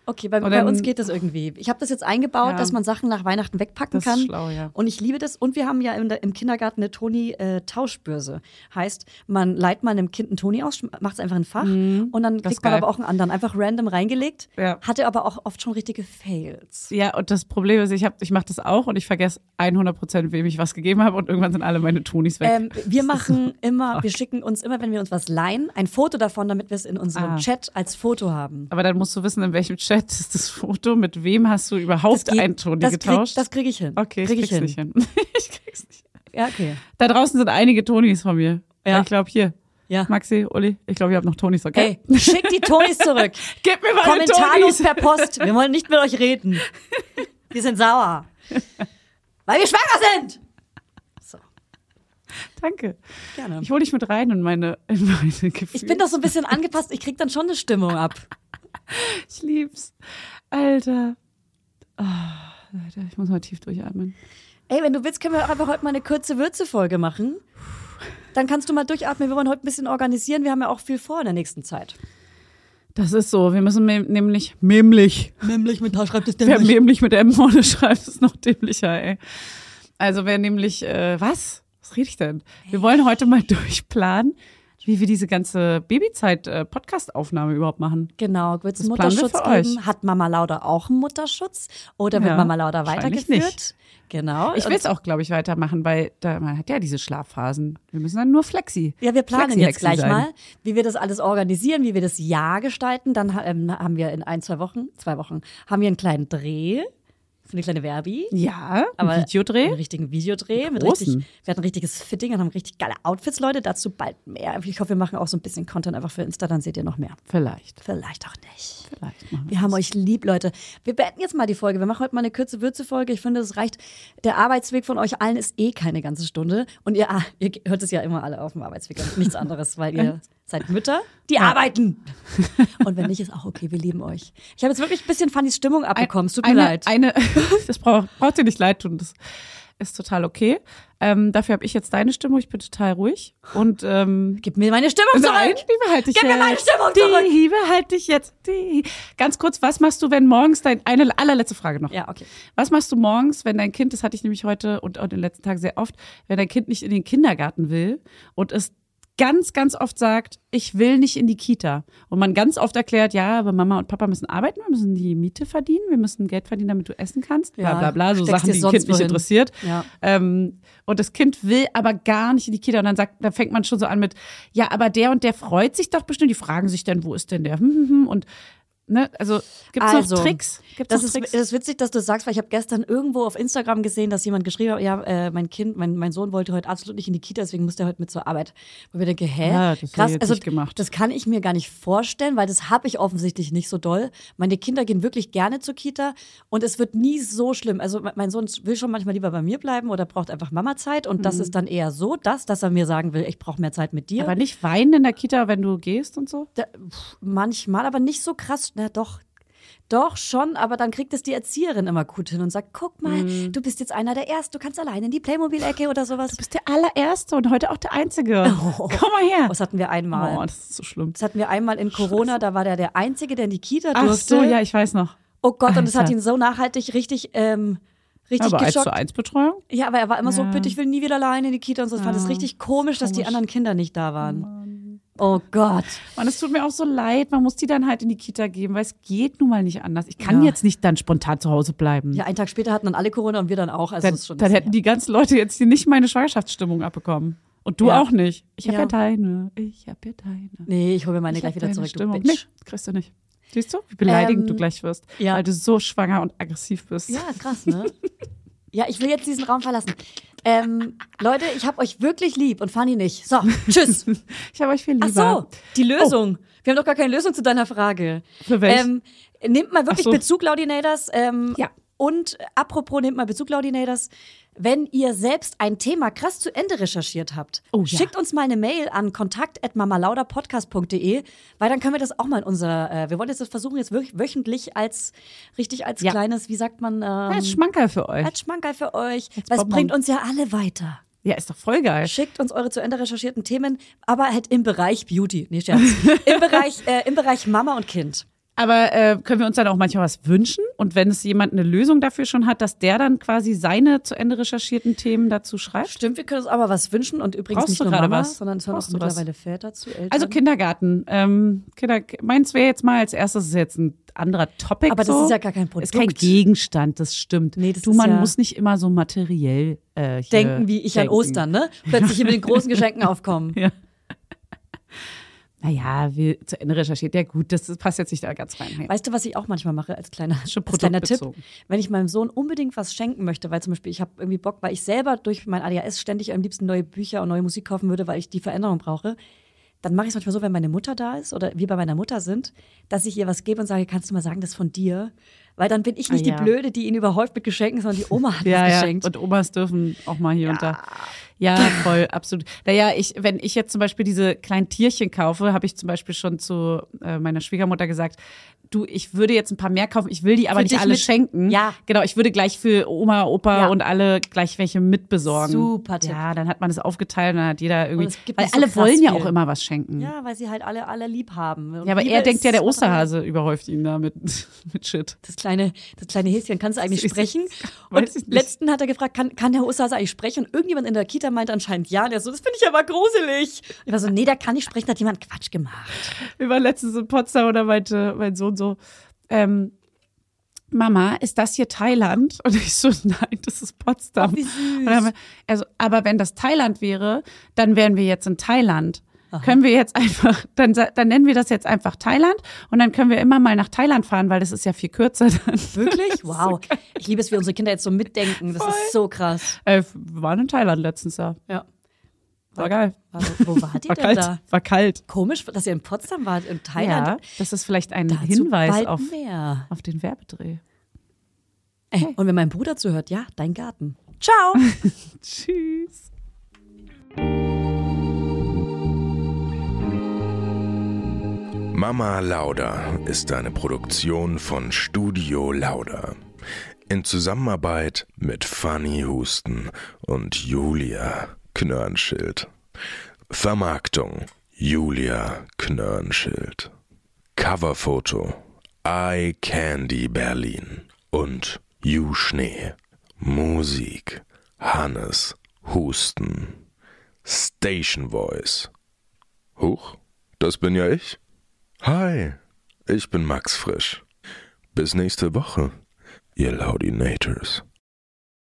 Speaker 1: Okay, bei,
Speaker 2: Und
Speaker 1: bei
Speaker 2: dann-
Speaker 1: uns geht das irgendwie. Ich habe das jetzt eingebaut,
Speaker 2: Ja.
Speaker 1: dass man Sachen nach Weihnachten wegpacken
Speaker 2: Das ist
Speaker 1: kann.
Speaker 2: schlau, ja.
Speaker 1: Und ich liebe das. Und wir haben ja in der, im Kindergarten eine Toni-Tauschbörse. Heißt, man leiht mal einem Kind einen Toni aus, macht es einfach in ein Fach und dann
Speaker 2: das ist
Speaker 1: kriegt man
Speaker 2: geil.
Speaker 1: aber auch einen anderen. Einfach random reingelegt.
Speaker 2: Ja.
Speaker 1: Hatte aber auch oft schon richtige Fails.
Speaker 2: Ja, und das Problem ist, ich, hab- ich mache das auch und ich vergesse hundert Prozent, wem ich was gegeben habe und irgendwann sind alle meine Tonis weg.
Speaker 1: Ähm, wir machen immer, wir schicken uns immer, wenn wir uns was leihen, ein Foto davon, damit wir es in unserem
Speaker 2: Ah.
Speaker 1: Chat als Foto haben.
Speaker 2: Aber dann musst du wissen, in welchem Chat ist das Foto, mit wem hast du überhaupt
Speaker 1: geht-
Speaker 2: einen Toni
Speaker 1: das
Speaker 2: getauscht?
Speaker 1: Krieg, das kriege ich hin.
Speaker 2: okay, ich
Speaker 1: krieg
Speaker 2: krieg's nicht hin. ich krieg's nicht hin.
Speaker 1: Ja, okay.
Speaker 2: Da draußen sind einige Tonis von mir.
Speaker 1: Ja.
Speaker 2: Ich glaube, hier.
Speaker 1: Ja.
Speaker 2: Maxi, Uli, ich glaube, ihr habt noch Tonis, okay?
Speaker 1: Ey, schickt die Tonis zurück.
Speaker 2: Gib mir meine
Speaker 1: Kommentarlos
Speaker 2: Tonis!
Speaker 1: per Post. Wir wollen nicht mit euch reden. Wir sind sauer. Weil wir schwanger sind. So,
Speaker 2: Danke.
Speaker 1: gerne.
Speaker 2: Ich hole dich mit rein in meine, in meine Gefühle.
Speaker 1: Ich bin doch so ein bisschen angepasst. Ich krieg dann schon eine Stimmung ab.
Speaker 2: Ich lieb's. Alter. Ah, Alter, ich muss mal tief durchatmen.
Speaker 1: Ey, wenn du willst, können wir auch einfach heute mal eine kurze Würze-Folge machen. Dann kannst du mal durchatmen. Wir wollen heute ein bisschen organisieren. Wir haben ja auch viel vor in der nächsten Zeit.
Speaker 2: Das ist so. Wir müssen mem- nämlich, nämlich,
Speaker 1: Nämlich mit schreibt es
Speaker 2: wer nämlich mit M vorne schreibt, ist noch dämlicher, ey. Also wer nämlich, äh, was? Was rede ich denn? Wir wollen heute mal durchplanen, wie wir diese ganze Babyzeit-Podcast-Aufnahme überhaupt machen.
Speaker 1: Genau, wird es einen
Speaker 2: Das planen wir
Speaker 1: Mutterschutz
Speaker 2: für
Speaker 1: geben?
Speaker 2: euch.
Speaker 1: Hat Mama Lauda auch einen Mutterschutz? Oder wird
Speaker 2: Ja,
Speaker 1: Mama Lauda
Speaker 2: wahrscheinlich
Speaker 1: weitergeführt?
Speaker 2: nicht.
Speaker 1: Genau.
Speaker 2: Ich will es auch, glaube ich, weitermachen, weil da, man hat ja diese Schlafphasen. Wir müssen dann nur flexi.
Speaker 1: Ja, wir planen
Speaker 2: Flexi-Hexen
Speaker 1: jetzt gleich
Speaker 2: sein.
Speaker 1: mal, wie wir das alles organisieren, wie wir das Jahr gestalten. Dann ähm, haben wir in ein, zwei Wochen, zwei Wochen, haben wir einen kleinen Dreh. So eine kleine Verbi.
Speaker 2: Ja,
Speaker 1: Aber
Speaker 2: ein Videodreh.
Speaker 1: Einen richtigen Videodreh. Mit
Speaker 2: Großen.
Speaker 1: richtig, wir hatten ein richtiges Fitting und haben richtig geile Outfits, Leute. Dazu bald mehr. Ich hoffe, wir machen auch so ein bisschen Content einfach für Insta, dann seht ihr noch mehr.
Speaker 2: Vielleicht.
Speaker 1: Vielleicht auch nicht.
Speaker 2: Vielleicht machen wir
Speaker 1: Wir haben euch lieb, Leute. Wir beenden jetzt mal die Folge. Wir machen heute mal eine kürze Würze-Folge. Ich finde, es reicht. Der Arbeitsweg von euch allen ist eh keine ganze Stunde. Und ihr, ah, ihr hört es ja immer alle auf dem Arbeitsweg. Und nichts anderes, weil ihr seid Mütter, die arbeiten. Und wenn nicht, ist auch okay. Wir lieben euch. Ich habe jetzt wirklich ein bisschen Fannys Stimmung abbekommen. Es tut mir
Speaker 2: eine,
Speaker 1: leid.
Speaker 2: Eine, das braucht, braucht dir nicht leid tun. Das ist total okay. Ähm, dafür habe ich jetzt deine Stimmung. Ich bin total ruhig. Und ähm,
Speaker 1: Gib mir meine Stimmung zurück.
Speaker 2: nein, die behalte ich
Speaker 1: Gib
Speaker 2: jetzt.
Speaker 1: mir meine Stimmung
Speaker 2: die
Speaker 1: zurück.
Speaker 2: behalte ich jetzt. Die. Ganz kurz, was machst du, wenn morgens dein, eine allerletzte Frage noch.
Speaker 1: Ja, okay.
Speaker 2: Was machst du morgens, wenn dein Kind, das hatte ich nämlich heute und auch den letzten Tag sehr oft, wenn dein Kind nicht in den Kindergarten will und es ganz, ganz oft sagt, ich will nicht in die Kita. Und man ganz oft erklärt, ja, aber Mama und Papa müssen arbeiten, wir müssen die Miete verdienen, wir müssen Geld verdienen, damit du essen kannst, bla
Speaker 1: Ja,
Speaker 2: bla bla, so
Speaker 1: steckst
Speaker 2: Sachen,
Speaker 1: dir
Speaker 2: die ein
Speaker 1: sonst
Speaker 2: Kind nicht
Speaker 1: wohin.
Speaker 2: interessiert.
Speaker 1: Ja.
Speaker 2: Ähm, und das Kind will aber gar nicht in die Kita. Und dann sagt, da fängt man schon so an mit, ja, aber der und der freut sich doch bestimmt. Die fragen sich dann, wo ist denn der? Hm, hm, hm. Und ne, also gibt es
Speaker 1: Also,
Speaker 2: noch Tricks? Gibt's
Speaker 1: Das
Speaker 2: noch
Speaker 1: ist,
Speaker 2: Tricks?
Speaker 1: das ist witzig, dass du sagst, weil ich habe gestern irgendwo auf Instagram gesehen, dass jemand geschrieben hat, ja, äh, mein Kind, mein, mein Sohn wollte heute absolut nicht in die Kita, deswegen musste er heute mit zur Arbeit. Wo ich mir denke, hä?
Speaker 2: Ja, das hab ich jetzt
Speaker 1: also
Speaker 2: nicht gemacht.
Speaker 1: das kann ich mir gar nicht vorstellen, weil das habe ich offensichtlich nicht so doll. Meine Kinder gehen wirklich gerne zur Kita und es wird nie so schlimm. Also mein Sohn will schon manchmal lieber bei mir bleiben oder braucht einfach Mama-Zeit und das ist dann eher so, dass, dass er mir sagen will, ich brauche mehr Zeit mit dir.
Speaker 2: Aber nicht weinen in der Kita, wenn du gehst und so?
Speaker 1: Da, pff, manchmal, aber nicht so krass. Na doch, doch schon, aber dann kriegt es die Erzieherin immer gut hin und sagt, guck mal,
Speaker 2: Mhm.
Speaker 1: du bist jetzt einer der Ersten, du kannst alleine in die Playmobil-Ecke oder sowas.
Speaker 2: Du bist der allererste und heute auch der Einzige. Komm mal her.
Speaker 1: Das hatten wir einmal.
Speaker 2: Oh, das ist so schlimm.
Speaker 1: Das hatten wir einmal in Corona, da war der der Einzige, der in die Kita
Speaker 2: Ach
Speaker 1: durfte.
Speaker 2: so, ja, ich weiß noch.
Speaker 1: Oh Gott, und das hat
Speaker 2: Alter.
Speaker 1: ihn so nachhaltig richtig, ähm, richtig
Speaker 2: Aber eins
Speaker 1: geschockt.
Speaker 2: zu eins Betreuung?
Speaker 1: Ja, aber er war immer so,
Speaker 2: Ja.
Speaker 1: bitte, ich will nie wieder alleine in die Kita und so. Ich fand das richtig komisch, dass die
Speaker 2: komisch.
Speaker 1: anderen Kinder nicht da waren. Oh Gott.
Speaker 2: Mann, es tut mir auch so leid. Man muss die dann halt in die Kita geben, weil es geht nun mal nicht anders. Ich kann
Speaker 1: Ja.
Speaker 2: jetzt nicht dann spontan zu Hause bleiben.
Speaker 1: Ja, einen Tag später hatten dann alle Corona und wir dann auch. Also
Speaker 2: dann
Speaker 1: das ist schon
Speaker 2: dann hätten die ganzen Leute jetzt hier nicht meine Schwangerschaftsstimmung abbekommen. Und du
Speaker 1: Ja.
Speaker 2: auch nicht. Ich habe ja.
Speaker 1: Ja.
Speaker 2: deine. Ich habe ja deine.
Speaker 1: Nee, ich hole mir meine
Speaker 2: Ich
Speaker 1: gleich
Speaker 2: hab
Speaker 1: wieder
Speaker 2: deine
Speaker 1: zurück,
Speaker 2: Stimmung.
Speaker 1: du Bitch.
Speaker 2: Nee, kriegst du nicht. Siehst du, wie beleidigend
Speaker 1: Ähm,
Speaker 2: du gleich wirst,
Speaker 1: ja.
Speaker 2: weil du so schwanger und aggressiv bist.
Speaker 1: Ja, krass, ne? Ja, ich will jetzt diesen Raum verlassen. Ähm, Leute, ich hab euch wirklich lieb und Fanny nicht. So, tschüss.
Speaker 2: Ich habe euch viel
Speaker 1: Ach
Speaker 2: lieber.
Speaker 1: so, die Lösung. Wir haben doch gar keine Lösung zu deiner Frage.
Speaker 2: Für welch?
Speaker 1: Ähm, nehmt mal wirklich
Speaker 2: Ach so.
Speaker 1: Bezug, Laudinators. Ähm,
Speaker 2: Ja.
Speaker 1: Und apropos, nehmt mal Bezug, Laudinators. Wenn ihr selbst ein Thema krass zu Ende recherchiert habt,
Speaker 2: Oh, ja.
Speaker 1: schickt uns mal eine Mail an kontakt at mamalauderpodcast punkt de, weil dann können wir das auch mal in unser, äh, wir wollen jetzt das versuchen, jetzt wöch- wöchentlich als, richtig als
Speaker 2: Ja.
Speaker 1: kleines, wie sagt man, ähm,
Speaker 2: Als Schmankerl für euch.
Speaker 1: als Schmankerl für euch.
Speaker 2: Als
Speaker 1: Weil es
Speaker 2: Bonbon.
Speaker 1: bringt uns ja alle weiter.
Speaker 2: Ja, ist doch voll geil.
Speaker 1: Schickt uns eure zu Ende recherchierten Themen, aber halt im Bereich Beauty, nee, Scherz. Im Bereich, äh, im Bereich Mama und Kind.
Speaker 2: Aber äh, können wir uns dann auch manchmal was wünschen? Und wenn es jemand eine Lösung dafür schon hat, dass der dann quasi seine zu Ende recherchierten Themen dazu schreibt?
Speaker 1: Stimmt, wir können uns aber was wünschen und übrigens
Speaker 2: Brauchst
Speaker 1: nicht
Speaker 2: du
Speaker 1: nur
Speaker 2: gerade
Speaker 1: Mama,
Speaker 2: was?
Speaker 1: sondern es hören auch
Speaker 2: Brauchst du was?
Speaker 1: mittlerweile Väter zu, Eltern.
Speaker 2: Also Kindergarten. Ähm, Kinder, meins wäre jetzt mal als erstes, ist jetzt ein anderer Topic.
Speaker 1: Aber das
Speaker 2: so.
Speaker 1: ist ja gar kein Produkt.
Speaker 2: Ist kein Gegenstand, das stimmt.
Speaker 1: Nee, das
Speaker 2: du,
Speaker 1: ist
Speaker 2: man
Speaker 1: ja-
Speaker 2: muss nicht immer so materiell äh, hier
Speaker 1: denken, wie ich
Speaker 2: denken.
Speaker 1: an Ostern, ne? Plötzlich hier mit den großen Geschenken aufkommen.
Speaker 2: Ja. Naja, wir zu Ende recherchiert. Ja gut, das passt jetzt nicht da ganz rein.
Speaker 1: Weißt du, was ich auch manchmal mache als kleiner,
Speaker 2: Schon
Speaker 1: als kleiner Tipp?
Speaker 2: produktbezogen.
Speaker 1: Wenn ich meinem Sohn unbedingt was schenken möchte, weil zum Beispiel ich habe irgendwie Bock, weil ich selber durch mein A D H S ständig am liebsten neue Bücher und neue Musik kaufen würde, weil ich die Veränderung brauche, dann mache ich es manchmal so, wenn meine Mutter da ist oder wir bei meiner Mutter sind, dass ich ihr was gebe und sage, kannst du mal sagen, das ist von dir? Weil dann bin ich nicht
Speaker 2: Ah, ja.
Speaker 1: die Blöde, die ihn überhäuft mit Geschenken, sondern die Oma hat
Speaker 2: Ja,
Speaker 1: was
Speaker 2: ja.
Speaker 1: geschenkt.
Speaker 2: Und Omas dürfen auch mal hier und da. Ja, voll, absolut. Naja, ich, wenn ich jetzt zum Beispiel diese kleinen Tierchen kaufe, habe ich zum Beispiel schon zu äh, meiner Schwiegermutter gesagt, du, ich würde jetzt ein paar mehr kaufen, ich will die aber
Speaker 1: Für
Speaker 2: nicht
Speaker 1: dich
Speaker 2: alle
Speaker 1: mit-
Speaker 2: schenken.
Speaker 1: Ja.
Speaker 2: Genau, ich würde gleich für Oma, Opa
Speaker 1: Ja.
Speaker 2: und alle gleich welche mitbesorgen.
Speaker 1: Super Tipp.
Speaker 2: Ja, dann hat man es aufgeteilt und dann hat jeder irgendwie,
Speaker 1: es gibt
Speaker 2: weil
Speaker 1: nicht so
Speaker 2: alle
Speaker 1: krass
Speaker 2: wollen ja
Speaker 1: viel.
Speaker 2: auch immer was schenken.
Speaker 1: Ja, weil sie halt alle, alle lieb haben. Und
Speaker 2: Ja, aber
Speaker 1: Liebe
Speaker 2: er denkt ja,
Speaker 1: ist
Speaker 2: der
Speaker 1: was
Speaker 2: Osterhase überhäuft ihn da mit, mit Shit.
Speaker 1: Das kleine, das kleine Häschen, kannst du eigentlich
Speaker 2: Ich-
Speaker 1: sprechen?
Speaker 2: weiß
Speaker 1: Und
Speaker 2: ich nicht.
Speaker 1: letzten hat er gefragt, kann, kann der Osterhase eigentlich sprechen? Und irgendjemand in der Kita meinte anscheinend ja. Und er so, das finde ich aber gruselig. Und ich war so, nee, der kann nicht sprechen, da hat jemand Quatsch gemacht.
Speaker 2: Wir waren letztens in Potsdam und da meinte mein Sohn so, ähm, Mama, ist das hier Thailand? Und ich so, nein, das ist Potsdam.
Speaker 1: Ach, wie süß.
Speaker 2: Und dann haben wir, also, aber wenn das Thailand wäre, dann wären wir jetzt in Thailand. Können wir jetzt einfach, dann, sa- dann nennen wir das jetzt einfach Thailand und dann können wir immer mal nach Thailand fahren, weil das ist ja viel kürzer dann.
Speaker 1: Wirklich? Wow. Ich liebe es, wie unsere Kinder jetzt so mitdenken. Das ist so krass.
Speaker 2: Äh, wir waren in Thailand letztens Jahr.
Speaker 1: Ja.
Speaker 2: War geil.
Speaker 1: War, wo wart ihr
Speaker 2: War
Speaker 1: denn
Speaker 2: kalt.
Speaker 1: da?
Speaker 2: War kalt.
Speaker 1: Komisch, dass ihr in Potsdam wart, in Thailand.
Speaker 2: Ja, das ist vielleicht ein
Speaker 1: Dazu
Speaker 2: Hinweis
Speaker 1: bald
Speaker 2: auf,
Speaker 1: mehr.
Speaker 2: auf den Werbedreh.
Speaker 1: Ey, und wenn mein Bruder zuhört, ja, dein Garten. Ciao.
Speaker 2: Tschüss.
Speaker 3: Mama Lauda ist eine Produktion von Studio Lauda. In Zusammenarbeit mit Fanny Husten und Julia Knörnschild. Vermarktung Julia Knörnschild. Coverfoto Eye Candy Berlin und Ju Schnee. Musik Hannes Husten. Station Voice. Huch, das bin ja ich. Hi, ich bin Max Frisch. Bis nächste Woche, ihr Laudinators.